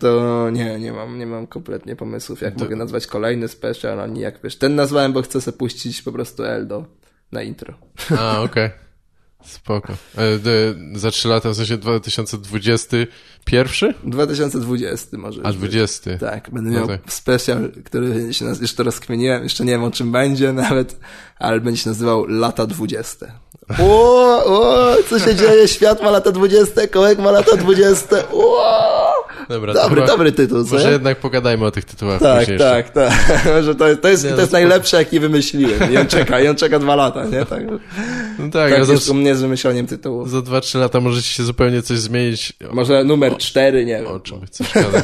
nie mam kompletnie pomysłów, jak mogę nazwać kolejny special, ani jak wiesz. Ten nazwałem, bo chcę sobie puścić po prostu Eldo na intro. Okej. Spoko. Za 3 lata, w sensie 2021? 2020 może. A 20. Tak, będę miał special, który się już to rozkminiłem, jeszcze nie wiem o czym będzie nawet, ale będzie się nazywał Lata 20. Co się dzieje? Świat ma lata 20, Kołek ma lata 20. Dobra, dobry tytuł, co? Może jednak pogadajmy o tych tytułach później. Tak. Może to jest najlepsze, jaki wymyśliłem. I on czeka 2 lata, nie? Tak, no tak, jest u mnie z wymyśleniem tytułu. Za 2-3 lata możecie się zupełnie coś zmienić. Może numer 4, nie wiem. O czym chcesz gadać?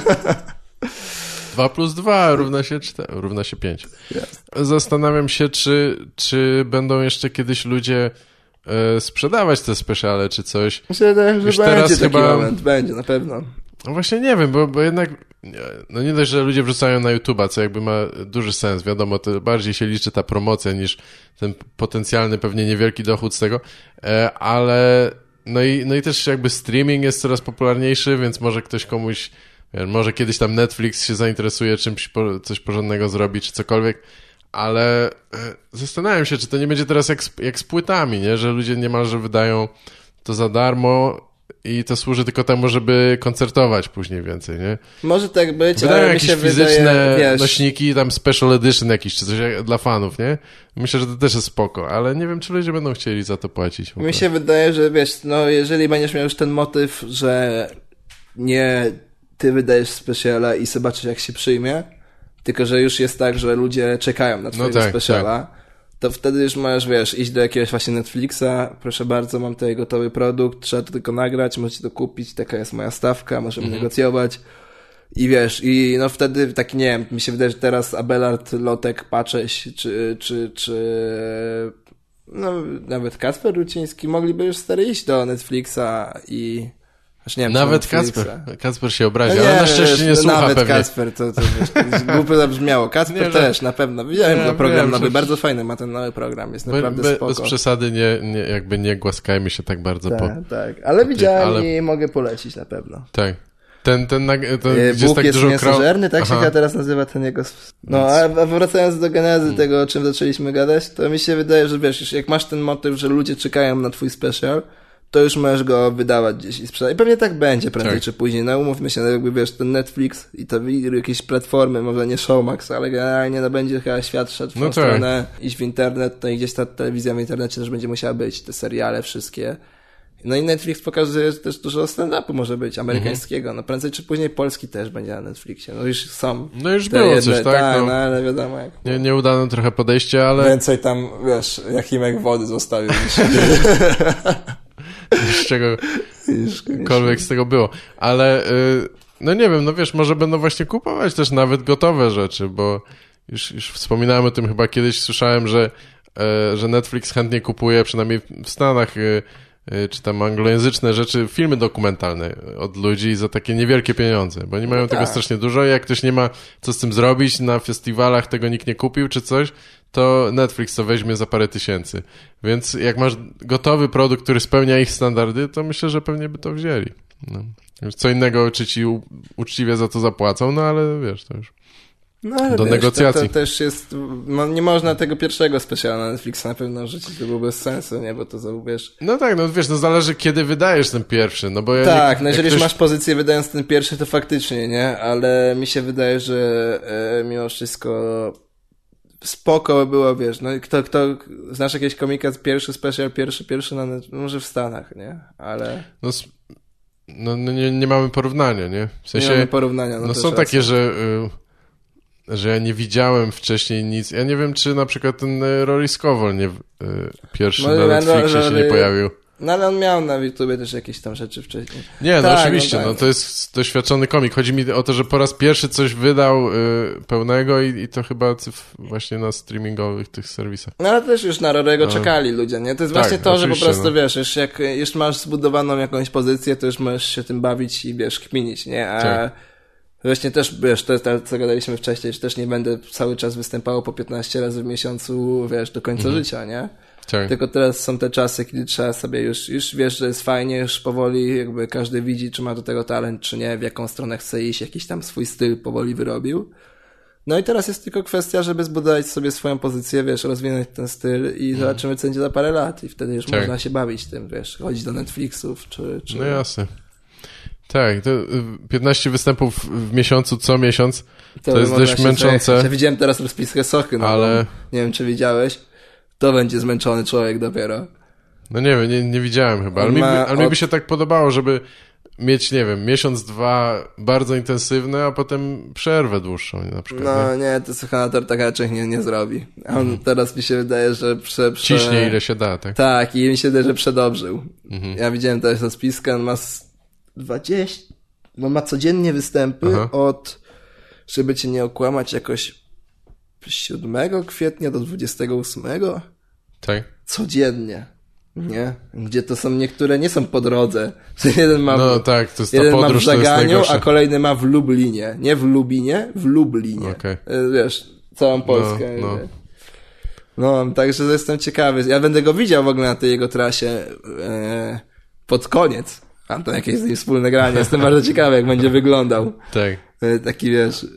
2 + 2 równa się 4, równa się 5. Yes. Zastanawiam się, czy będą jeszcze kiedyś ludzie sprzedawać te speciale czy coś. Myślę, że już będzie teraz taki chyba... moment, będzie na pewno. No właśnie nie wiem, bo jednak no nie dość, że ludzie wrzucają na YouTube'a, co jakby ma duży sens, wiadomo, to bardziej się liczy ta promocja niż ten potencjalny pewnie niewielki dochód z tego, ale no i też jakby streaming jest coraz popularniejszy, więc może ktoś komuś, może kiedyś tam Netflix się zainteresuje czymś, coś porządnego zrobi, czy cokolwiek, ale zastanawiam się, czy to nie będzie teraz jak z płytami, nie? Że ludzie niemalże wydają to za darmo i to służy tylko temu, żeby koncertować później więcej, nie? Może tak być, wydają ale jakieś mi się fizyczne wydaje, nośniki, tam special edition jakiś, czy coś dla fanów, nie? Myślę, że to też jest spoko, ale nie wiem, czy ludzie będą chcieli za to płacić. Mi się wydaje, że wiesz, no jeżeli będziesz miał już ten motyw, że nie ty wydajesz speciala i zobaczysz, jak się przyjmie, tylko że już jest tak, że ludzie czekają na twojego speciala, to wtedy już możesz, wiesz, iść do jakiegoś właśnie Netflixa, proszę bardzo, mam tutaj gotowy produkt, trzeba to tylko nagrać, możecie to kupić, taka jest moja stawka, możemy negocjować. I wiesz, i no wtedy taki, nie wiem, mi się wydaje, że teraz Abelard, Lotek, Pacześ, czy no nawet Kacper Ruciński mogliby już stary iść do Netflixa i... Nie wiem, nawet Kacper się obrazi, ale na szczęście nie słucha nawet pewnie. Kacper, to wiesz, głupio zabrzmiało. Kacper też, na pewno. Widziałem go program nowy, bardzo fajny ma ten nowy program, jest naprawdę spoko. Bez przesady, jakby nie głaskajmy się tak bardzo tak, ale widziałem i mogę polecić na pewno. Tak. Ten Bóg jest tak dużo mięsożerny, tak się chyba teraz nazywa ten jego... No, a wracając do genezy tego, o czym zaczęliśmy gadać, to mi się wydaje, że wiesz, jak masz ten motyw, że ludzie czekają na twój special, to już możesz go wydawać gdzieś i sprzedać. I pewnie tak będzie prędzej czy później. No umówmy się, no jakby wiesz, ten Netflix i to jakieś platformy, może nie Showmax, ale generalnie no będzie chyba świat szedł w tą stronę, iść w internet, no i gdzieś ta telewizja w internecie też będzie musiała być, te seriale wszystkie. No i Netflix pokazuje, że też dużo stand-upu może być, amerykańskiego. No prędzej czy później polski też będzie na Netflixie. No już są. No już było coś, tak? No ale wiadomo jak. Nieudane trochę podejście, ale... Więcej tam, wiesz, Jachimek wody zostawił niż czegokolwiek z tego było. Ale no nie wiem, no wiesz, może będą właśnie kupować też nawet gotowe rzeczy, bo już wspominałem o tym chyba kiedyś, słyszałem, że Netflix chętnie kupuje, przynajmniej w Stanach, czy tam anglojęzyczne rzeczy, filmy dokumentalne od ludzi za takie niewielkie pieniądze, bo oni mają tego strasznie dużo i jak ktoś nie ma co z tym zrobić, na festiwalach tego nikt nie kupił czy coś, to Netflix to weźmie za parę tysięcy. Więc jak masz gotowy produkt, który spełnia ich standardy, to myślę, że pewnie by to wzięli. No. Co innego, czy ci uczciwie za to zapłacą, no ale wiesz, to już no, ale do wiesz, negocjacji. To też jest, no, nie można tego pierwszego speciala na Netflixa na pewno rzucić, to było bez sensu, nie, bo to wiesz... No tak, no wiesz, no zależy kiedy wydajesz ten pierwszy, no bo ja tak, no jeżeli już masz pozycję wydając ten pierwszy, to faktycznie, nie, ale mi się wydaje, że mimo wszystko spoko było, wiesz, no kto znasz jakiegoś komika, pierwszy special, pierwszy na może w Stanach, nie, ale... No nie mamy porównania, nie? W sensie... Nie mamy porównania, no są takie, że ja nie widziałem wcześniej nic. Ja nie wiem, czy na przykład ten Rory Scovel pierwszy na Netflixie się nie pojawił. No ale on miał na YouTubie też jakieś tam rzeczy wcześniej. Nie, no oczywiście, no to jest doświadczony komik. Chodzi mi o to, że po raz pierwszy coś wydał pełnego i to chyba właśnie na streamingowych tych serwisach. No ale też już na Rorego czekali ludzie, nie? To jest właśnie to, że po prostu wiesz, już masz zbudowaną jakąś pozycję, to już możesz się tym bawić i wiesz, kminić, nie? A właśnie też, wiesz, to jest to, co gadaliśmy wcześniej, że też nie będę cały czas występował po 15 razy w miesiącu, wiesz, do końca życia, nie? Tak. Tylko teraz są te czasy, kiedy trzeba sobie już wiesz, że jest fajnie, już powoli jakby każdy widzi, czy ma do tego talent, czy nie, w jaką stronę chce iść, jakiś tam swój styl powoli wyrobił. No i teraz jest tylko kwestia, żeby zbudować sobie swoją pozycję, wiesz, rozwinąć ten styl i zobaczymy, co będzie za parę lat i wtedy już można się bawić tym, wiesz, chodzić do Netflixów, czy... No jasne. Tak, to 15 występów w miesiącu, co miesiąc, to jest dość męczące. Ja widziałem teraz rozpiskę Sochy, no ale... nie wiem, czy widziałeś. To będzie zmęczony człowiek dopiero. No nie wiem, nie widziałem chyba, ale mi by się tak podobało, żeby mieć, nie wiem, miesiąc, dwa bardzo intensywne, a potem przerwę dłuższą na przykład. No nie, to Suchanator tak raczej nie zrobi. A on teraz mi się wydaje, że ciśnie ile się da, tak? Tak, i mi się wydaje, że przedobrzył. Ja widziałem teraz rozpiskę, on ma 20, no ma codziennie występy od, żeby cię nie okłamać, jakoś 7 kwietnia do 28. Tak. Codziennie. Nie? Gdzie to są niektóre, nie są po drodze. Jeden ma no tak, to jest ta jeden podróż, ma w Żaganiu, a kolejny ma w Lublinie. Nie w Lubinie, w Lublinie. Okay. Wiesz, całą Polskę. No, także jestem ciekawy. Ja będę go widział w ogóle na tej jego trasie pod koniec. Mam tam jakieś z nim wspólne granie. Jestem bardzo ciekawy, jak będzie wyglądał. Tak. Taki, wiesz...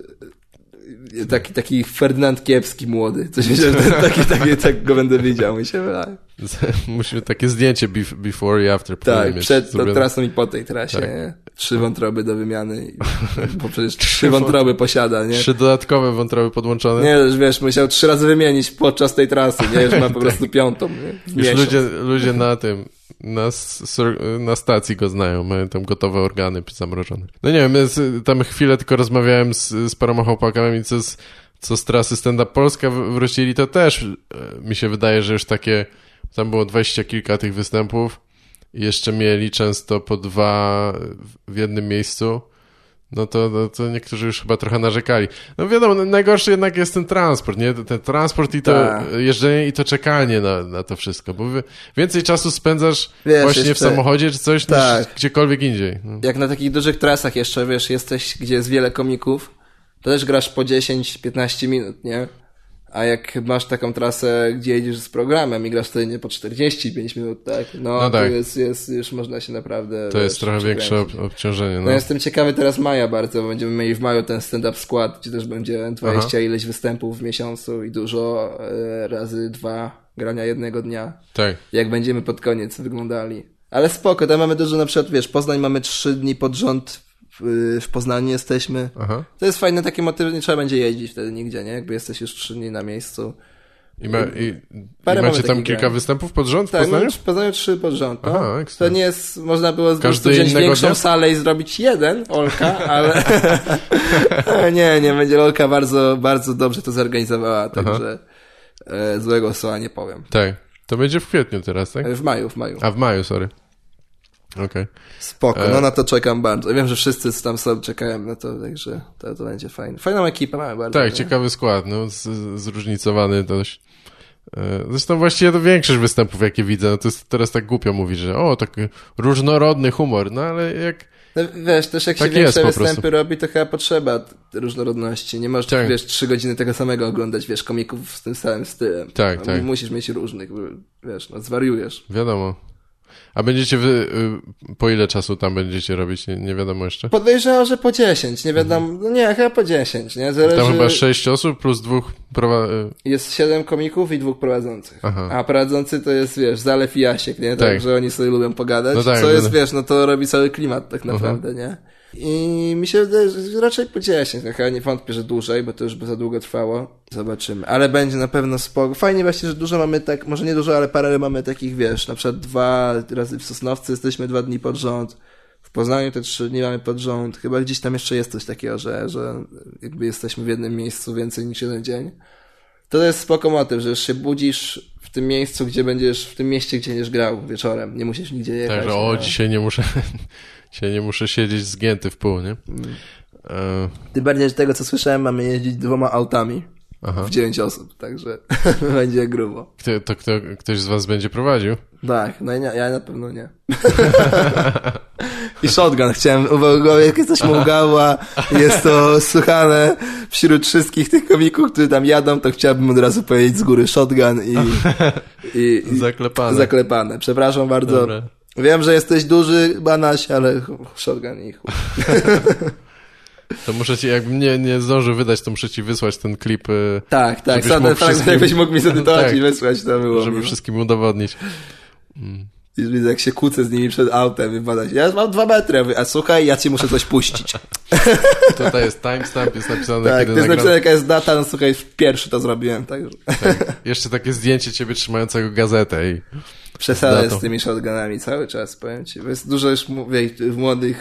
Taki Ferdynand Kiepski młody. Coś myślę, że tak go będę widział. Mi się wydaje. Musimy takie zdjęcie before i after. Tak, przed tą trasą i po tej trasie. Tak. Nie? 3 wątroby do wymiany. Bo przecież 3 wątroby posiada, nie? 3 dodatkowe wątroby podłączone. Nie, już wiesz, musiał 3 razy wymienić podczas tej trasy, nie? Już ma po prostu 5. Już ludzie na tym, na stacji go znają, mają tam gotowe organy zamrożone. No nie wiem, tam chwilę tylko rozmawiałem z paroma chłopakami, co z trasy Stand Up Polska wrócili, to też mi się wydaje, że już takie, tam było 20 kilka tych występów i jeszcze mieli często po 2 w jednym miejscu. No to niektórzy już chyba trochę narzekali. No wiadomo, najgorszy jednak jest ten transport, nie? Ten transport i to jeżdżenie i to czekanie na to wszystko, bo więcej czasu spędzasz właśnie w samochodzie czy coś niż gdziekolwiek indziej. No. Jak na takich dużych trasach jeszcze, wiesz, jesteś, gdzie jest wiele komików, to też grasz po 10-15 minut, nie? A jak masz taką trasę, gdzie jedziesz z programem i grasz wtedy nie po 45 minut, tak? No tak. To jest już można się naprawdę... To jest trochę większe obciążenie. No jestem ciekawy teraz maja bardzo, bo będziemy mieli w maju ten stand-up skład, gdzie też będzie 20 ileś występów w miesiącu i dużo razy 2 grania jednego dnia. Tak. Jak będziemy pod koniec wyglądali. Ale spoko, tam mamy dużo, na przykład, wiesz, Poznań mamy 3 dni pod rząd, w Poznaniu jesteśmy. Aha. To jest fajny taki motyw, nie trzeba będzie jeździć wtedy nigdzie, nie? Jakby jesteś już 3 dni na miejscu. I macie tam kilka występów pod rząd w Poznaniu? Tak, w Poznaniu 3 pod rząd. No. Aha, to nie jest, można było wziąć większą salę i zrobić jeden, Olka, ale nie, będzie Olka bardzo, bardzo dobrze to zorganizowała, także złego słowa nie powiem. Tak, to będzie w kwietniu teraz, tak? W maju. A w maju, sorry. Okay. Spoko, no na to czekam bardzo. Wiem, że wszyscy tam sobie czekają na to, także to będzie fajne. Fajną ekipę mamy bardzo. Tak, nie? Ciekawy skład, no, zróżnicowany dość. Zresztą właściwie to większość występów, jakie widzę, no to jest teraz tak głupio mówić, że taki różnorodny humor, no ale jak... No, wiesz, też jak tak się większe występy robi, to chyba potrzeba różnorodności. Nie możesz, wiesz, 3 godziny tego samego oglądać, wiesz, komików z tym samym stylem. Tak, tak. Musisz mieć różnych, wiesz, no zwariujesz. Wiadomo. A będziecie po ile czasu tam będziecie robić? Nie wiadomo jeszcze? Podejrzewam, że po 10, nie wiadomo, no nie, chyba po 10, nie? Zależy... Tam chyba 6 osób plus 2 Jest 7 komików i 2 prowadzących. Aha. A prowadzący to jest, wiesz, Zalew i Jasiek, nie? Tak, że oni sobie lubią pogadać. No tak, co jest, wiesz, no to robi cały klimat tak naprawdę, nie? I mi się wydaje, że raczej po 10. No, chyba nie wątpię, że dłużej, bo to już by za długo trwało. Zobaczymy. Ale będzie na pewno spoko. Fajnie właśnie, że dużo mamy tak, może nie dużo, ale parę mamy takich, wiesz, na przykład 2 razy w Sosnowcu jesteśmy 2 dni pod rząd. W Poznaniu te 3 dni mamy pod rząd. Chyba gdzieś tam jeszcze jest coś takiego, że jakby jesteśmy w jednym miejscu więcej niż jeden dzień. To jest spoko motyw, że już się budzisz w tym miejscu, gdzie będziesz, w tym mieście, gdzie będziesz grał wieczorem. Nie musisz nigdzie jechać. Tak, że dzisiaj nie muszę siedzieć zgięty w pół, nie? Tym bardziej, że tego co słyszałem, mamy jeździć 2 autami. Aha. W 9 osób, także będzie grubo. Ktoś z was będzie prowadził? Tak, no ja na pewno nie. I shotgun, chciałem jak jesteś Mułgała, jest to słuchane wśród wszystkich tych komików, którzy tam jadą, to chciałbym od razu powiedzieć z góry shotgun i zaklepane. Przepraszam bardzo. Dobra. Wiem, że jesteś duży, Banaś, ale shotgun i chuj. To muszę ci, jakbym nie zdążył wydać, to muszę ci wysłać ten klip. Tak, jakbyś mógł mi zatytować i wysłać, to było. Żeby wszystkim udowodnić. I widzę, jak się kłócę z nimi przed autem, wypadać. Ja mam 2 metry, a słuchaj, ja ci muszę coś puścić. Tutaj jest timestamp, jest napisane, tak, kiedy jest napisane, jaka jest data, no słuchaj, pierwszy to zrobiłem, także. Tak. Jeszcze takie zdjęcie ciebie trzymającego gazetę i... Przesada jest z tymi shotgunami cały czas, powiem ci. Bo jest dużo już, mówię, w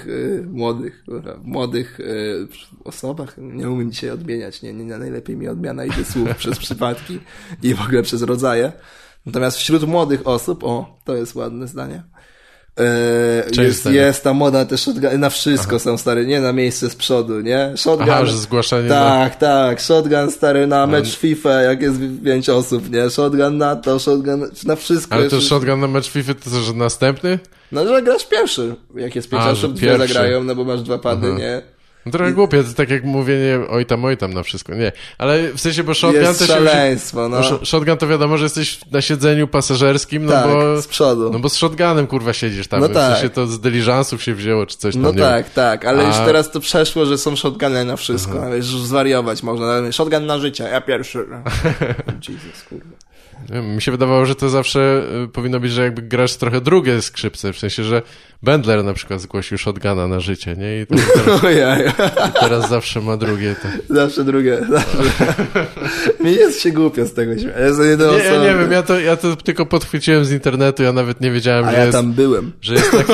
młodych osobach, nie umiem dzisiaj odmieniać, nie najlepiej mi odmiana idzie słów przez przypadki i w ogóle przez rodzaje. Natomiast wśród młodych osób, to jest ładne zdanie, Jest ta moda, te shotguny, na wszystko są stary, nie na miejsce z przodu, nie? Shotgun. Aha, że zgłaszanie. Tak, shotgun stary na mecz FIFA, jak jest 5 osób, nie? Shotgun na to, shotgun na wszystko. Ale to shotgun na mecz FIFA to że następny? No, że grasz pierwszy. Jak jest 5 osób, 2 zagrają, no bo masz 2 pady, nie? No trochę głupie, to tak jak mówienie oj tam na wszystko, nie. Ale w sensie, bo shotgun jest też szaleństwo, no. Shotgun to wiadomo, że jesteś na siedzeniu pasażerskim, no tak, bo... z przodu. No bo z shotgunem, kurwa, siedzisz tam. No w tak. sensie to z dyliżansów się wzięło, czy coś tam, no nie tak, ale już teraz to przeszło, że są shotguny na wszystko, ale już zwariować można. Shotgun na życie, ja pierwszy. Jesus, kurwa. Mi się wydawało, że to zawsze powinno być, że jakby grasz trochę drugie skrzypce, w sensie, że Bendler na przykład zgłosił shotguna na życie, nie? I teraz zawsze ma drugie. To... Zawsze drugie. Mi jest się głupio z tego śmiać. Ja nie wiem, ja to tylko podchwyciłem z internetu, ja nawet nie wiedziałem, że ja tam byłem. Że jest taki...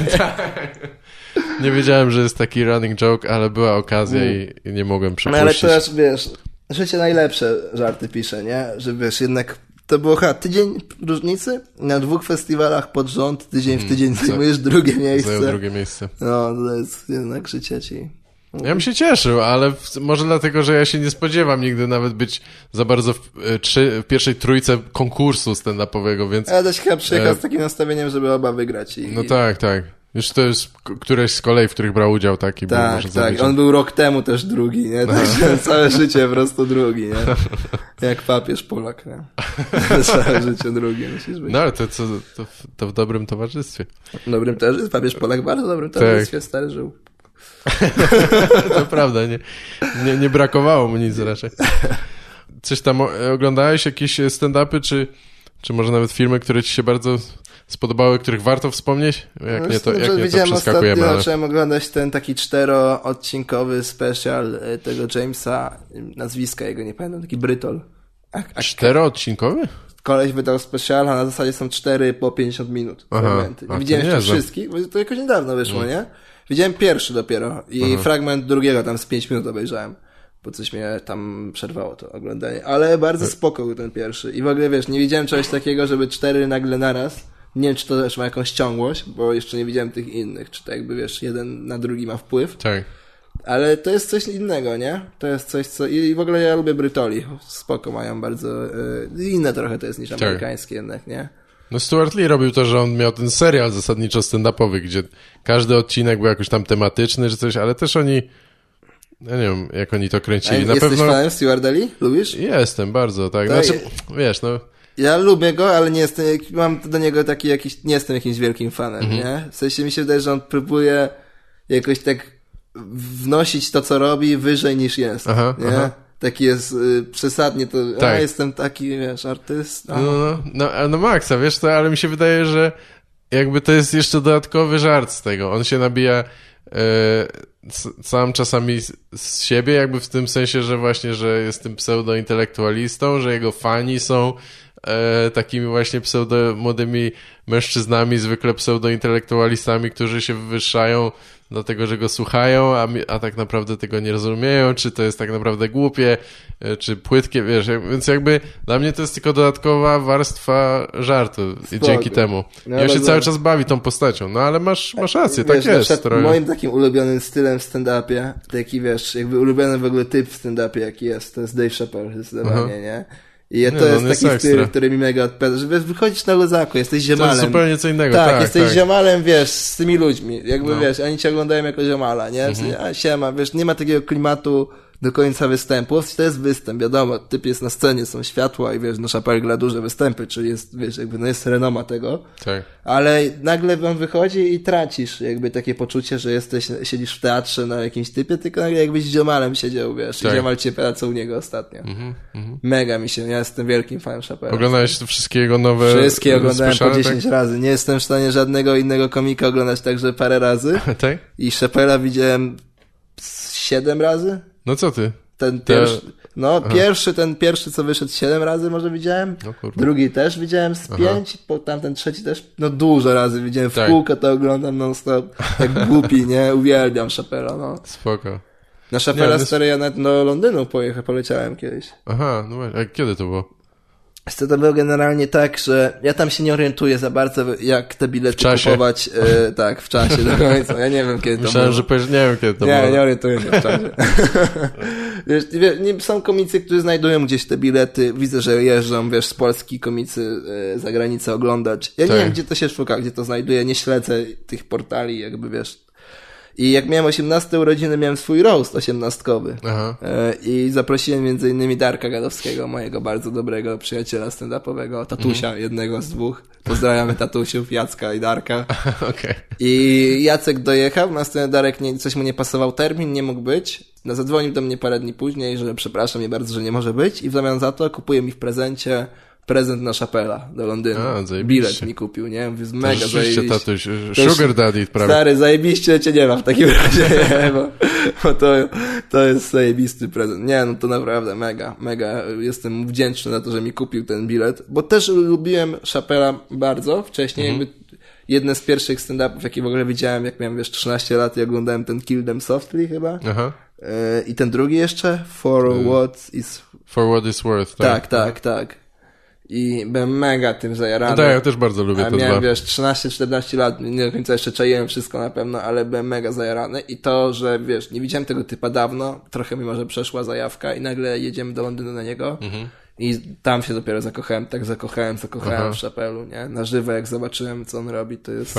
Nie wiedziałem, że jest taki running joke, ale była okazja i nie mogłem przepuścić. No ale teraz, wiesz, życie najlepsze żarty pisze, nie? Że wiesz, jednak to było tydzień różnicy, na 2 festiwalach pod rząd, tydzień w tydzień zajmujesz drugie miejsce. Zajął drugie miejsce. No, to jest jednak życie ci. Ja bym się cieszył, ale może dlatego, że ja się nie spodziewam nigdy nawet być za bardzo w pierwszej trójce konkursu stand-upowego, więc... Ja też chyba przyjechał z takim nastawieniem, żeby oba wygrać. No tak. Już to jest któreś z kolei, w których brał udział taki. Tak, był, tak. On był rok temu też drugi, nie? Także całe życie po prostu drugi, nie? Jak papież Polak, nie? Całe życie drugi musisz być. No ale to w dobrym towarzystwie. W dobrym towarzystwie? Papież Polak w bardzo dobrym towarzystwie stary żył. To prawda, nie brakowało mu nic raczej. Coś tam oglądałeś, jakieś stand-upy, czy może nawet filmy, które ci się bardzo spodobały, których warto wspomnieć? Jak nie, to przeskakujemy. Ostatnio zacząłem oglądać ten taki 4-odcinkowy special tego Jamesa, nazwiska jego nie pamiętam, taki Brytol. 4-odcinkowy? Koleś wydał special, a na zasadzie są 4 po 50 minut fragmenty. Nie widziałem jeszcze wszystkich, bo to jakoś niedawno wyszło, nie? Widziałem pierwszy dopiero i fragment drugiego tam z 5 minut obejrzałem. Bo coś mnie tam przerwało to oglądanie. Ale bardzo spoko był ten pierwszy. I w ogóle wiesz, nie widziałem czegoś takiego, żeby 4 nagle naraz. Nie wiem, czy to też ma jakąś ciągłość, bo jeszcze nie widziałem tych innych. Czy to jakby wiesz, jeden na drugi ma wpływ. Tak. Ale to jest coś innego, nie? To jest coś, co... I w ogóle ja lubię Brytoli. Spoko mają bardzo... inne trochę to jest niż amerykańskie jednak, nie? No Stuart Lee robił to, że on miał ten serial zasadniczo stand-upowy, gdzie każdy odcinek był jakoś tam tematyczny czy coś, ale też oni... Ja nie wiem, jak oni to kręcili. A jesteś fanem Stuarta Lee? Lubisz? Jestem, bardzo, tak. Znaczy, wiesz, no... Ja lubię go, ale nie jestem... Mam do niego taki jakiś... Nie jestem jakimś wielkim fanem, nie? W sensie mi się wydaje, że on próbuje jakoś tak wnosić to, co robi, wyżej niż jest, nie? Taki jest przesadnie to... Tak. Jestem taki, wiesz, artysta. No maksa, wiesz to, ale mi się wydaje, że jakby to jest jeszcze dodatkowy żart z tego. On się nabija... sam czasami z siebie, jakby w tym sensie, że właśnie, że jest tym pseudointelektualistą, że jego fani są takimi właśnie pseudo-młodymi mężczyznami, zwykle pseudointelektualistami, którzy się wywyższają dlatego, że go słuchają, a tak naprawdę tego nie rozumieją, czy to jest tak naprawdę głupie, czy płytkie, wiesz, więc jakby dla mnie to jest tylko dodatkowa warstwa żartu i dzięki temu. No, ja się cały czas bawi tą postacią, no ale masz rację, tak jest. Moim takim ulubionym stylem w stand-upie, taki wiesz, jakby ulubiony w ogóle typ w stand-upie jaki jest, to jest Dave Chappelle zdecydowanie, nie? I to jest taki styl, który mi mega odpowiada, że wychodzisz na luzaku, jesteś ziomalem. To jest zupełnie co innego. Tak, jesteś ziomalem, wiesz, z tymi ludźmi. Jakby wiesz, oni cię oglądają jako ziomala, nie? A siema, wiesz, nie ma takiego klimatu do końca występu. To jest występ, wiadomo, typ jest na scenie, są światła i wiesz, no Chappelle gra duże występy, czyli jest, wiesz, jakby no jest renoma tego. Tak. Ale nagle on wychodzi i tracisz jakby takie poczucie, że siedzisz w teatrze na jakimś typie, tylko nagle jakbyś ziomalem siedział, wiesz, i ziomal cię pyta, co u niego ostatnio. Mega mi się, ja jestem wielkim fanem Chappelle. Oglądałeś wszystkie jego nowe Wszystkie oglądałem po 10 razy. Nie jestem w stanie żadnego innego komika oglądać także parę razy. Tak? I Chappella widziałem 7 razy. No co ty? Ten pierwszy, co wyszedł 7 razy może widziałem. No, drugi też widziałem z 5, tamten trzeci też, no dużo razy widziałem. W kółko to oglądam non-stop. Jak głupi, nie? Uwielbiam Chappella, no. Spoko. Na Chappella stary ja nawet do Londynu poleciałem kiedyś. Aha, no właśnie. A kiedy to było? To było generalnie tak, że ja tam się nie orientuję za bardzo, jak te bilety kupować. Tak, w czasie do końca. Ja nie wiem, kiedy to Myślałem, było. że powiesz, nie wiem, kiedy to było. Nie orientuję się w czasie. Wiesz, są komicy, którzy znajdują gdzieś te bilety. Widzę, że jeżdżą, wiesz, z Polski komicy za granicę oglądać. Ja nie wiem, gdzie to się szuka, gdzie to znajduję. Nie śledzę tych portali, jakby, wiesz. I jak miałem 18 urodziny, miałem swój roast 18-kowy. I zaprosiłem między innymi Darka Gadowskiego, mojego bardzo dobrego przyjaciela stand-upowego, tatusia, jednego z dwóch. Pozdrawiamy tatusiów, Jacka i Darka. Okay. I Jacek dojechał, następnie Darek coś mu nie pasował termin, nie mógł być. Zadzwonił do mnie parę dni później, że przepraszam mnie bardzo, że nie może być i w zamian za to kupuje mi w prezencie prezent na Chappella do Londynu. Bilet mi kupił, nie? Mówię, mega zajebiście. Tatuś, sugar daddy prawie. Stary, zajebiście cię nie ma w takim razie, nie? Bo to jest zajebisty prezent. Nie, no to naprawdę mega. Jestem wdzięczny za to, że mi kupił ten bilet, bo też lubiłem Chappella bardzo wcześniej, jakby jedne z pierwszych stand-upów, jakie w ogóle widziałem, jak miałem, wiesz, 13 lat i oglądałem ten Kill Them Softly chyba. I ten drugi jeszcze, For What Is Worth. Tak. I byłem mega tym zajarany. No tak, ja też bardzo lubię te miałem, dwa. wiesz, 13-14 lat, nie do końca jeszcze czaiłem wszystko na pewno, ale byłem mega zajarany i to, że wiesz, nie widziałem tego typa dawno, trochę mi może przeszła zajawka i nagle jedziemy do Londynu na niego i tam się dopiero zakochałem w Chappellu, nie? Na żywo jak zobaczyłem, co on robi, to jest...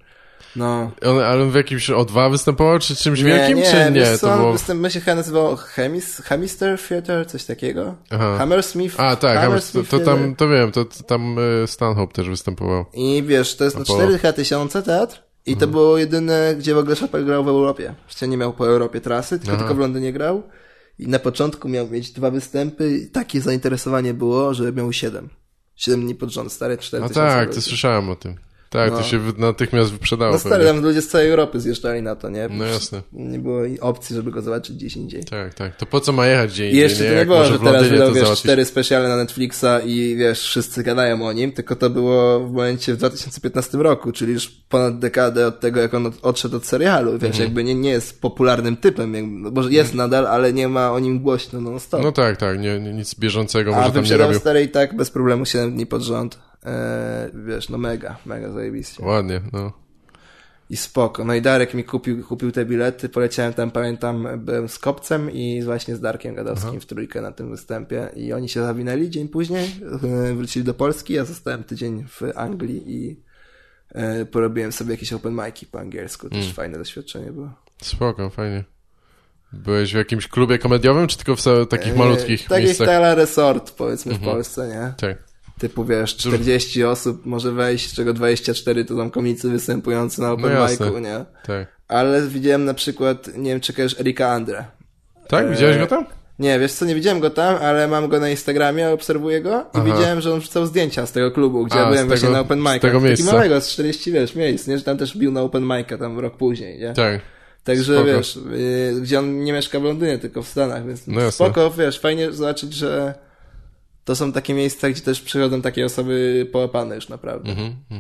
No. Ale on w jakimś O2 występował, czy czymś wielkim, czy nie? Wiesz, to było... My się chyba nazywało Hemister Theatre, coś takiego. Hammersmith. A, tak, Hammersmith, to tam, to wiem, to tam Stanhope też występował. I wiesz, to jest na 4000 teatr i to było jedyne, gdzie w ogóle Chappelle grał w Europie. Jeszcze nie miał po Europie trasy, tylko w Londynie grał. I na początku miał mieć 2 występy i takie zainteresowanie było, że miał 7 dni pod rząd, stare 4000. A tak, to słyszałem o tym. Tak, to się natychmiast wyprzedało. No stary, tam ludzie z całej Europy zjeżdżali na to, nie? No jasne. Nie było opcji, żeby go zobaczyć gdzieś indziej. Tak. To po co ma jechać gdzie indziej? I jeszcze to nie było, że teraz wydał, wiesz, 4 specjale na Netflixa i wiesz, wszyscy gadają o nim, tylko to było w momencie w 2015 roku, czyli już ponad dekadę od tego, jak on odszedł od serialu. Wiesz, jakby nie jest popularnym typem, może jest nadal, ale nie ma o nim głośno non stop. No tak, nic bieżącego może tam nie robił. A wyprzedał stary i tak bez problemu 7 dni pod rząd. Wiesz, no mega zajebiście. Ładnie, no. I spoko. No i Darek mi kupił te bilety, poleciałem tam, pamiętam, byłem z Kopcem i właśnie z Darkiem Gadowskim w trójkę na tym występie i oni się zawinęli dzień później, wrócili do Polski, ja zostałem tydzień w Anglii i porobiłem sobie jakieś open mic'i po angielsku, też fajne doświadczenie było. Spoko, fajnie. Byłeś w jakimś klubie komediowym, czy tylko w takich malutkich miejscach? Takich Stala Resort, powiedzmy, w Polsce, nie? Tak. Typu, wiesz, 40 osób może wejść, z czego 24 to tam komicy występujący na open mic'u, nie? Tak. Ale widziałem na przykład, nie wiem, czy kojarzysz Erika Andre. Tak? Widziałeś go tam? Nie, wiesz co, nie widziałem go tam, ale mam go na Instagramie, obserwuję go i widziałem, że on wrzucał zdjęcia z tego klubu, gdzie byłem właśnie na open mic'ach. Taki małego, z 40, wiesz, miejsc, nie? Że tam też bił na open mic'a tam rok później, nie? Tak. Także, spoko. Wiesz, gdzie on nie mieszka w Londynie, tylko w Stanach, więc spoko, wiesz, fajnie zobaczyć, że to są takie miejsca, gdzie też przychodzą takie osoby połapane już naprawdę.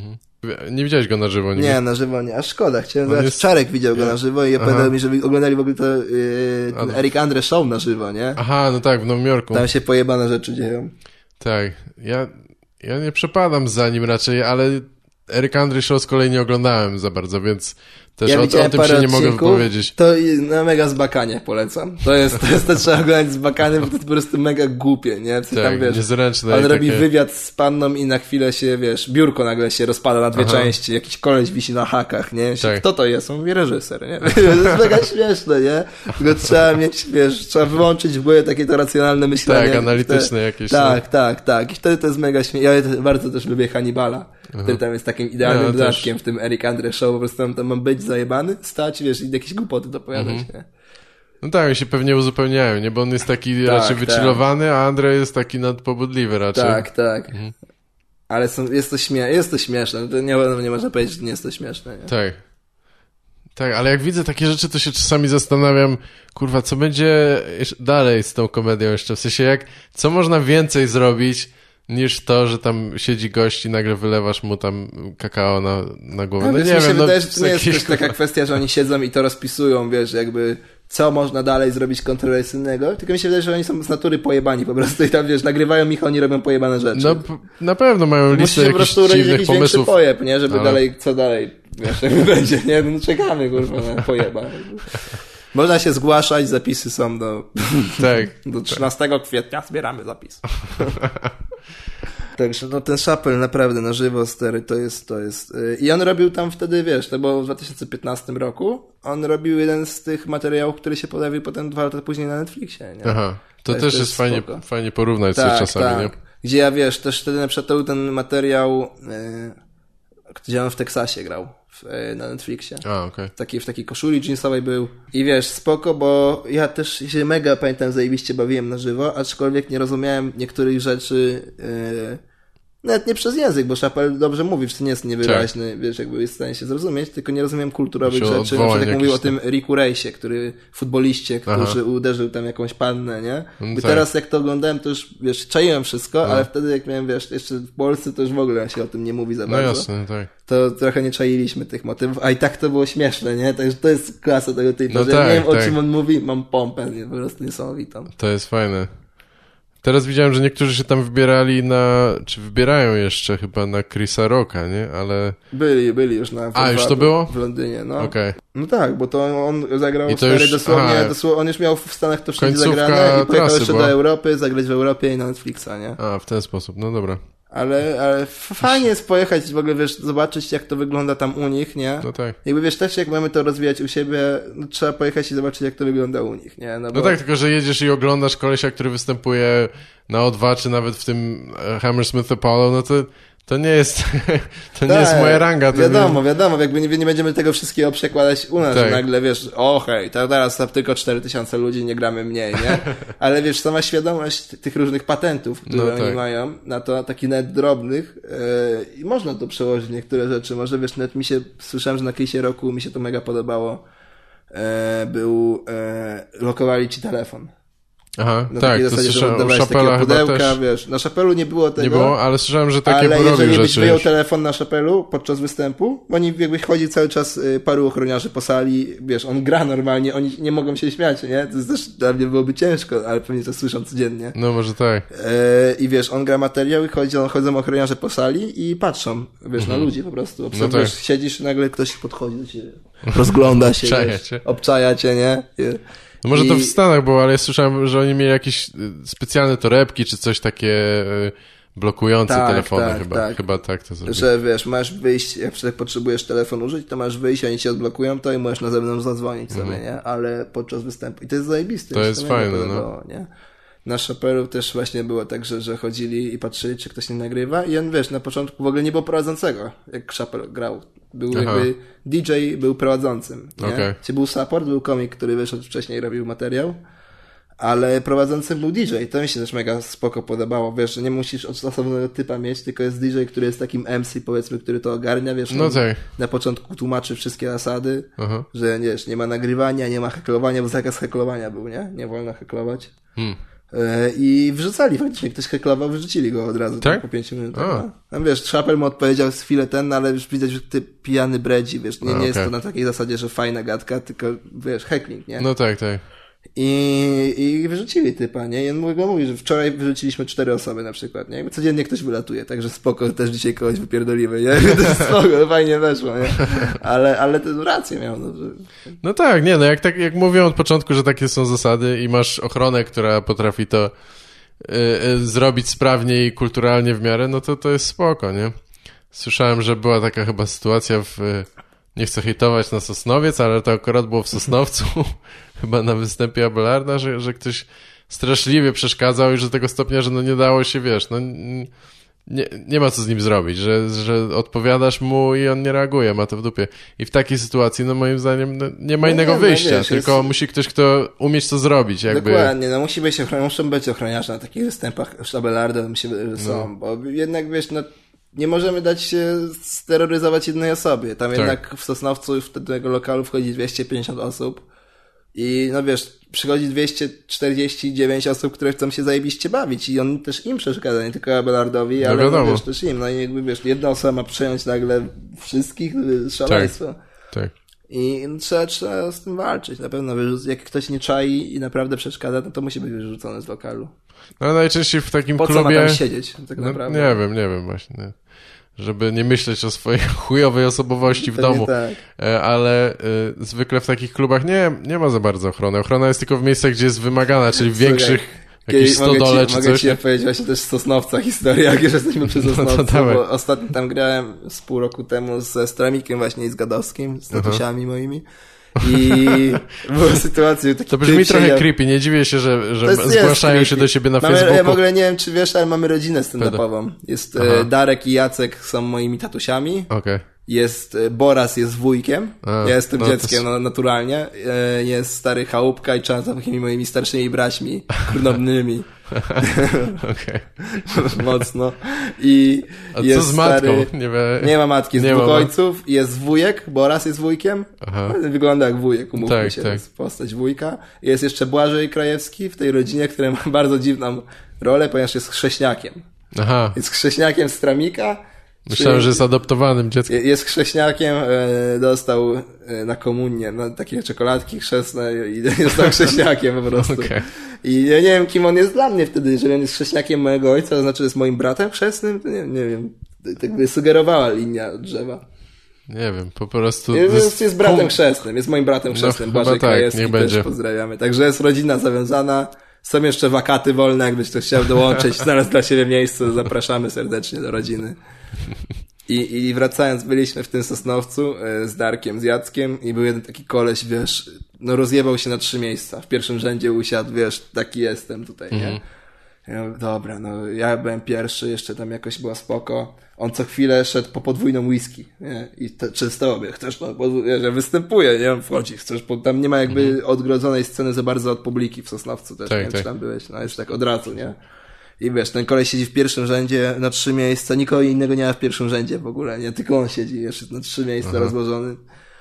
Nie widziałeś go na żywo, nie? Nie, na żywo nie. A szkoda. Chciałem zobaczyć. Czarek widział go na żywo i opowiadał mi, żeby oglądali w ogóle ten Eric Andre Show na żywo, nie? Aha, no tak, w Nowym Jorku. Tam się pojebane rzeczy dzieją. Tak. Ja nie przepadam za nim raczej, ale Eric Andre Show z kolei nie oglądałem za bardzo, więc też o tym się nie mogę wypowiedzieć. To na mega zbakanie polecam. To trzeba oglądać zbakanie, bo to jest po prostu mega głupie, nie? Tak, tam, wiesz, niezręczne. On robi wywiad z panną i na chwilę się, wiesz, biurko nagle się rozpada na 2 części, jakiś koleś wisi na hakach, nie? Tak. Kto to jest? On mówi reżyser, nie? To jest mega śmieszne, nie? Tylko trzeba mieć, wiesz, trzeba wyłączyć w głowie takie to racjonalne myślenie. Tak, analityczne jakieś. Tak. I wtedy to jest mega śmieszne. Ja bardzo też lubię Hannibala, który tam jest takim idealnym dodatkiem w tym Eric Andre Show, po prostu tam ma być zajebany, stać, wiesz, i jakieś głupoty dopowiadać, nie? No tak, się pewnie uzupełniają, nie? Bo on jest taki raczej wychillowany, a Andre jest taki nadpobudliwy raczej. Tak. Ale jest to śmieszne. To nie można powiedzieć, że nie jest to śmieszne, nie? Tak, ale jak widzę takie rzeczy, to się czasami zastanawiam, kurwa, co będzie dalej z tą komedią jeszcze? W sensie, co można więcej zrobić niż to, że tam siedzi gość i nagle wylewasz mu tam kakao na głowę. No nie wiem. Wydaje, że to nie jest też taka kwestia, że oni siedzą i to rozpisują, wiesz, jakby co można dalej zrobić kontrowersyjnego, tylko mi się wydaje, że oni są z natury pojebani po prostu i tam, wiesz, nagrywają ich, oni robią pojebane rzeczy. No, na pewno mają listę jakichś dziwnych pomysłów. Pojeb, nie? Żeby dalej, co dalej, wiesz, jak będzie, nie? No czekamy, kurwa, na pojeba. Można się zgłaszać, zapisy są do 13 kwietnia zbieramy zapis. Także no ten Chappelle naprawdę na żywo, stary, to jest. I on robił tam wtedy, wiesz, to było w 2015 roku, on robił jeden z tych materiałów, który się pojawił potem 2 lata później na Netflixie, nie? Aha, to też jest fajnie porównać sobie czasami, nie? Gdzie ja, wiesz, też wtedy na przykład to był ten materiał, gdzie on w Teksasie grał na Netflixie. W takiej koszuli jeansowej był. I wiesz, spoko, bo ja też się mega, pamiętam, zajebiście bawiłem na żywo, aczkolwiek nie rozumiałem niektórych rzeczy, nawet nie przez język, bo Chappelle dobrze mówi, że nie jest niewyraźny, wiesz, jakby jest w stanie się zrozumieć, tylko nie rozumiem kulturowych rzeczy. Na przykład jak mówił o tym Ricku Reysie, futboliście, który uderzył tam jakąś pannę, nie? No teraz jak to oglądałem, to już, wiesz, czaiłem wszystko, ale wtedy jak miałem, wiesz, jeszcze w Polsce, to już w ogóle się o tym nie mówi za bardzo. No jasne, tak. To trochę nie czailiśmy tych motywów, a i tak to było śmieszne, nie? Także to jest klasa tego typu, że nie wiem, o czym on mówi, mam pompę, nie? Po prostu niesamowitą. To jest fajne. Teraz widziałem, że niektórzy się tam wybierali czy wybierają jeszcze chyba na Chrisa Rocka, nie? Ale... Byli już na... już to było? W Londynie, no. Okay. No tak, bo to on zagrał dosłownie, on już miał w Stanach to wszędzie zagrane i pojechał jeszcze do Europy, zagrać w Europie i na Netflixa, nie? W ten sposób, no dobra. Ale fajnie jest pojechać w ogóle, wiesz, zobaczyć jak to wygląda tam u nich, nie? No tak. Jakby wiesz, też jak mamy to rozwijać u siebie, no, trzeba pojechać i zobaczyć jak to wygląda u nich, nie? No tak, tylko że jedziesz i oglądasz kolesia, który występuje na O2, czy nawet w tym Hammersmith Apollo, no to nie jest nie jest moja ranga. To wiadomo, jakby nie będziemy tego wszystkiego przekładać u nas, że nagle wiesz, hej, to teraz tylko 4000 ludzi, nie gramy mniej, nie? Ale wiesz, sama świadomość tych różnych patentów, które oni mają, na to takich nawet drobnych, i można to przełożyć niektóre rzeczy. Może wiesz, nawet słyszałem, że na Chrisie Rocku mi się to mega podobało, lokowali ci telefon. Aha, na tak, zasadzie, to słyszałem, u Chappella chyba też. Wiesz, na Chappellu nie było tego. Nie było, ale słyszałem, że takie ale jeżeli rzeczy. byś wyjął telefon na Chappellu podczas występu, oni jakbyś chodzi cały czas paru ochroniarzy po sali, wiesz, on gra normalnie, oni nie mogą się śmiać, nie? To jest też dla mnie byłoby ciężko, ale pewnie to słyszą codziennie. No może tak. I wiesz, on gra materiał i chodzą ochroniarze po sali i patrzą, wiesz, na ludzi po prostu. Obserwujesz, siedzisz i nagle ktoś podchodzi do ciebie, rozgląda się, obczaja cię, nie? No może to w Stanach było, ale ja słyszałem, że oni mieli jakieś specjalne torebki, czy coś takie blokujące telefony chyba. Tak. Chyba tak to zrobić. Że wiesz, masz wyjść, jak potrzebujesz telefon użyć, to masz wyjść, oni ci odblokują to i możesz na zewnątrz zadzwonić sobie, nie? Ale podczas występu. I to jest zajebiste. To jest fajne, no. Nie? Na Chappellu też właśnie było tak, że chodzili i patrzyli, czy ktoś nie nagrywa i on, wiesz, na początku w ogóle nie było prowadzącego, jak Chappelle grał. Był jakby DJ był prowadzącym, nie? Okay. Był support, był komik, który wyszedł wcześniej, robił materiał, ale prowadzącym był DJ. To mi się też mega spoko podobało, wiesz, że nie musisz osobnego typa mieć, tylko jest DJ, który jest takim MC, powiedzmy, który to ogarnia, wiesz, na początku tłumaczy wszystkie zasady, że wiesz, nie ma nagrywania, nie ma heklowania, bo zakaz heklowania był, nie? Nie wolno heklować. I wrzucali faktycznie, ktoś heklował, wyrzucili go od razu po 5 minutach. No wiesz, Chappelle mu odpowiedział z chwilę ale już widać, że ty pijany bredzi, wiesz, nie jest to na takiej zasadzie, że fajna gadka, tylko wiesz, heckling, nie? No tak. I wyrzucili typa, nie? I on mówi, że wczoraj wyrzuciliśmy 4 osoby na przykład, nie? Jakby codziennie ktoś wylatuje, także spoko, też dzisiaj kogoś wypierdolimy, nie? To jest spoko, fajnie weszło, nie? Ale to rację miał, no. No tak, nie, no jak mówią od początku, że takie są zasady i masz ochronę, która potrafi to zrobić sprawnie i kulturalnie w miarę, no to jest spoko, nie? Słyszałem, że była taka chyba sytuacja nie chcę hejtować na Sosnowiec, ale to akurat było w Sosnowcu, chyba na występie Abelarda, że ktoś straszliwie przeszkadzał i że do tego stopnia, że no nie dało się, wiesz, no nie ma co z nim zrobić, że odpowiadasz mu i on nie reaguje, ma to w dupie. I w takiej sytuacji, no moim zdaniem, nie ma innego wyjścia, tylko musi ktoś, kto umieć to zrobić, jakby. Dokładnie, no muszą być ochroniarze na takich występach Abelarda, są, bo jednak, wiesz, no nie możemy dać się steroryzować jednej osobie. Tam jednak w Sosnowcu do tego lokalu wchodzi 250 osób i no wiesz, przychodzi 249 osób, które chcą się zajebiście bawić i on też im przeszkadza, nie tylko Abelardowi, ale no, wiesz, też im. No i jakby wiesz, jedna osoba ma przejąć nagle wszystkich, szaleństwo. Tak. I trzeba z tym walczyć. Na pewno jak ktoś nie czai i naprawdę przeszkadza, to musi być wyrzucony z lokalu. No najczęściej w takim klubie... Po co ma tam siedzieć tak naprawdę? Nie wiem właśnie. Żeby nie myśleć o swojej chujowej osobowości w domu. Tak. Ale zwykle w takich klubach nie ma za bardzo ochrony. Ochrona jest tylko w miejscach, gdzie jest wymagana, czyli w większych... Jakieś stodole czy coś. Mogę ci powiedzieć właśnie też z Sosnowca historię, jak już jesteśmy przy Sosnowcu, bo ostatnio tam grałem z pół roku temu ze Stramikiem właśnie i z Gadowskim, z tatusiami moimi. I była sytuacja... To brzmi trochę creepy, nie dziwię się, że zgłaszają się do siebie na Facebooku. Ja w ogóle nie wiem, czy wiesz, ale mamy rodzinę stand-upową. Jest Darek i Jacek są moimi tatusiami. Okay. Jest Boras jest wujkiem, ja jestem dzieckiem naturalnie, jest stary Chałupka i Czan takimi moimi starszymi braćmi krnobnymi. Okay. Mocno. I a jest co z matką? Stary... Nie ma matki, z dwóch ojców. Jest wujek, Boras jest wujkiem. Wygląda jak wujek, umówmy się, to jest postać wujka. Jest jeszcze Błażej Krajewski w tej rodzinie, który ma bardzo dziwną rolę, ponieważ jest chrześniakiem. Jest chrześniakiem Stramika. Myślałem, że jest adoptowanym dzieckiem. Jest chrześniakiem, dostał na komunię takie czekoladki chrzestne i został chrześniakiem po prostu. Okay. I ja nie wiem, kim on jest dla mnie wtedy. Jeżeli on jest chrześniakiem mojego ojca, to znaczy jest moim bratem chrzestnym? To nie wiem. Tak by sugerowała linia drzewa. Nie wiem, po prostu... Jest bratem chrzestnym, jest moim bratem chrzestnym. Błażej Krajewski, niech będzie. Też pozdrawiamy. Także jest rodzina zawiązana. Są jeszcze wakaty wolne, jakbyś ktoś chciał dołączyć. Znalazł dla siebie miejsce, zapraszamy serdecznie do rodziny. I wracając, byliśmy w tym Sosnowcu z Darkiem, z Jackiem i był jeden taki koleś, wiesz, rozjebał się na 3 miejsca. W pierwszym rzędzie usiadł, wiesz, taki jestem tutaj, nie? Ja mówię, dobra, ja byłem pierwszy, jeszcze tam jakoś było spoko. On co chwilę szedł po podwójną whisky, nie? I często chcesz, że występuje, nie? Wchodzi, chcesz, tam nie ma jakby odgrodzonej sceny za bardzo od publiki w Sosnowcu też, nie wiem, czy tam byłeś, już tak od razu, nie? I wiesz, ten koleś siedzi w pierwszym rzędzie na 3 miejsca, nikogo innego nie ma w pierwszym rzędzie w ogóle, nie? Tylko on siedzi jeszcze na 3 miejsca rozłożony.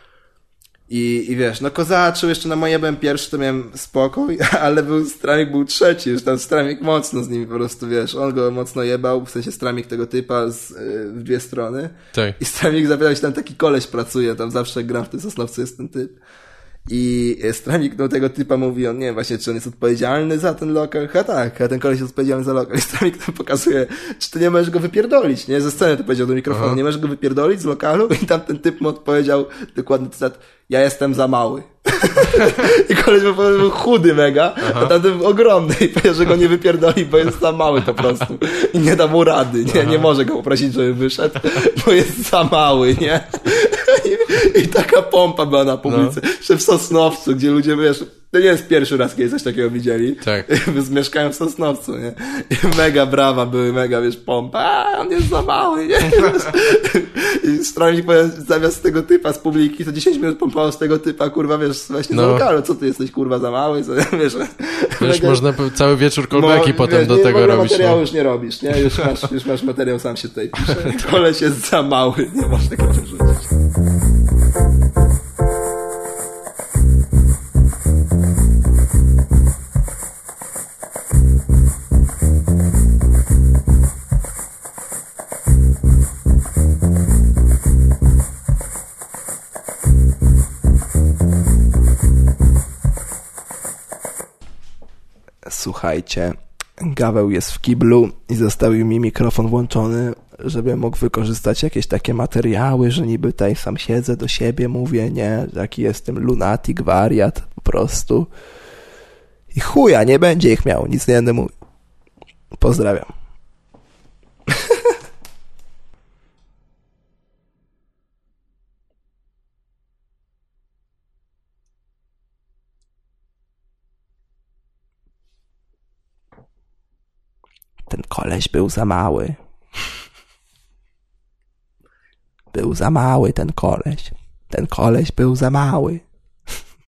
I wiesz, kozaczył, jeszcze na moje byłem pierwszy, to miałem spokój, ale Stramik był trzeci, już tam Stramik mocno z nimi po prostu, wiesz, on go mocno jebał, w sensie Stramik tego typa w 2 strony. Tak. I Stramik zapytał się, tam taki koleś pracuje, tam zawsze jak gram w tym Sosnowcu jest ten typ. I Stramik do tego typa mówi, on nie wiem właśnie, czy on jest odpowiedzialny za ten lokal. Tak, a ten koleś jest odpowiedzialny za lokal. I Stramik tam pokazuje, czy ty nie możesz go wypierdolić, nie? Ze sceny to powiedział do mikrofonu, nie możesz go wypierdolić z lokalu? I tam ten typ mu odpowiedział, dokładny cytat, ja jestem za mały. I koleś był chudy mega, a tamten był ogromny i powiedział, że go nie wypierdoli, bo jest za mały po prostu. I nie da mu rady, nie może go poprosić, żeby wyszedł, bo jest za mały, nie? I taka pompa była na publice. Jeszcze w Sosnowcu, gdzie ludzie, wiesz, to nie jest pierwszy raz, kiedy coś takiego widzieli. Tak. Mieszkają w Sosnowcu, nie? I mega brawa były, mega, wiesz, pompa. On jest za mały, nie? I Stramik zamiast tego typa z publiki, to 10 minut pompało z tego typa, kurwa, wiesz, właśnie z lokalu. Co ty jesteś, kurwa, za mały? Co, wiesz, mega... można cały wieczór callbacki potem wiesz, do tego robić. Materiału już nie robisz, nie? Już masz materiał, sam się tutaj pisze. Koleś jest za mały, nie masz tego przerzucić. Słuchajcie, Gaweł jest w kiblu i zostawił mi mikrofon włączony, żebym mógł wykorzystać jakieś takie materiały, że niby tutaj sam siedzę, do siebie mówię, nie, jaki jestem lunatik, wariat, po prostu. I chuja, nie będzie ich miał, nic nie będę mówił. Pozdrawiam. Ten koleś był za mały. Był za mały ten koleś. Ten koleś był za mały.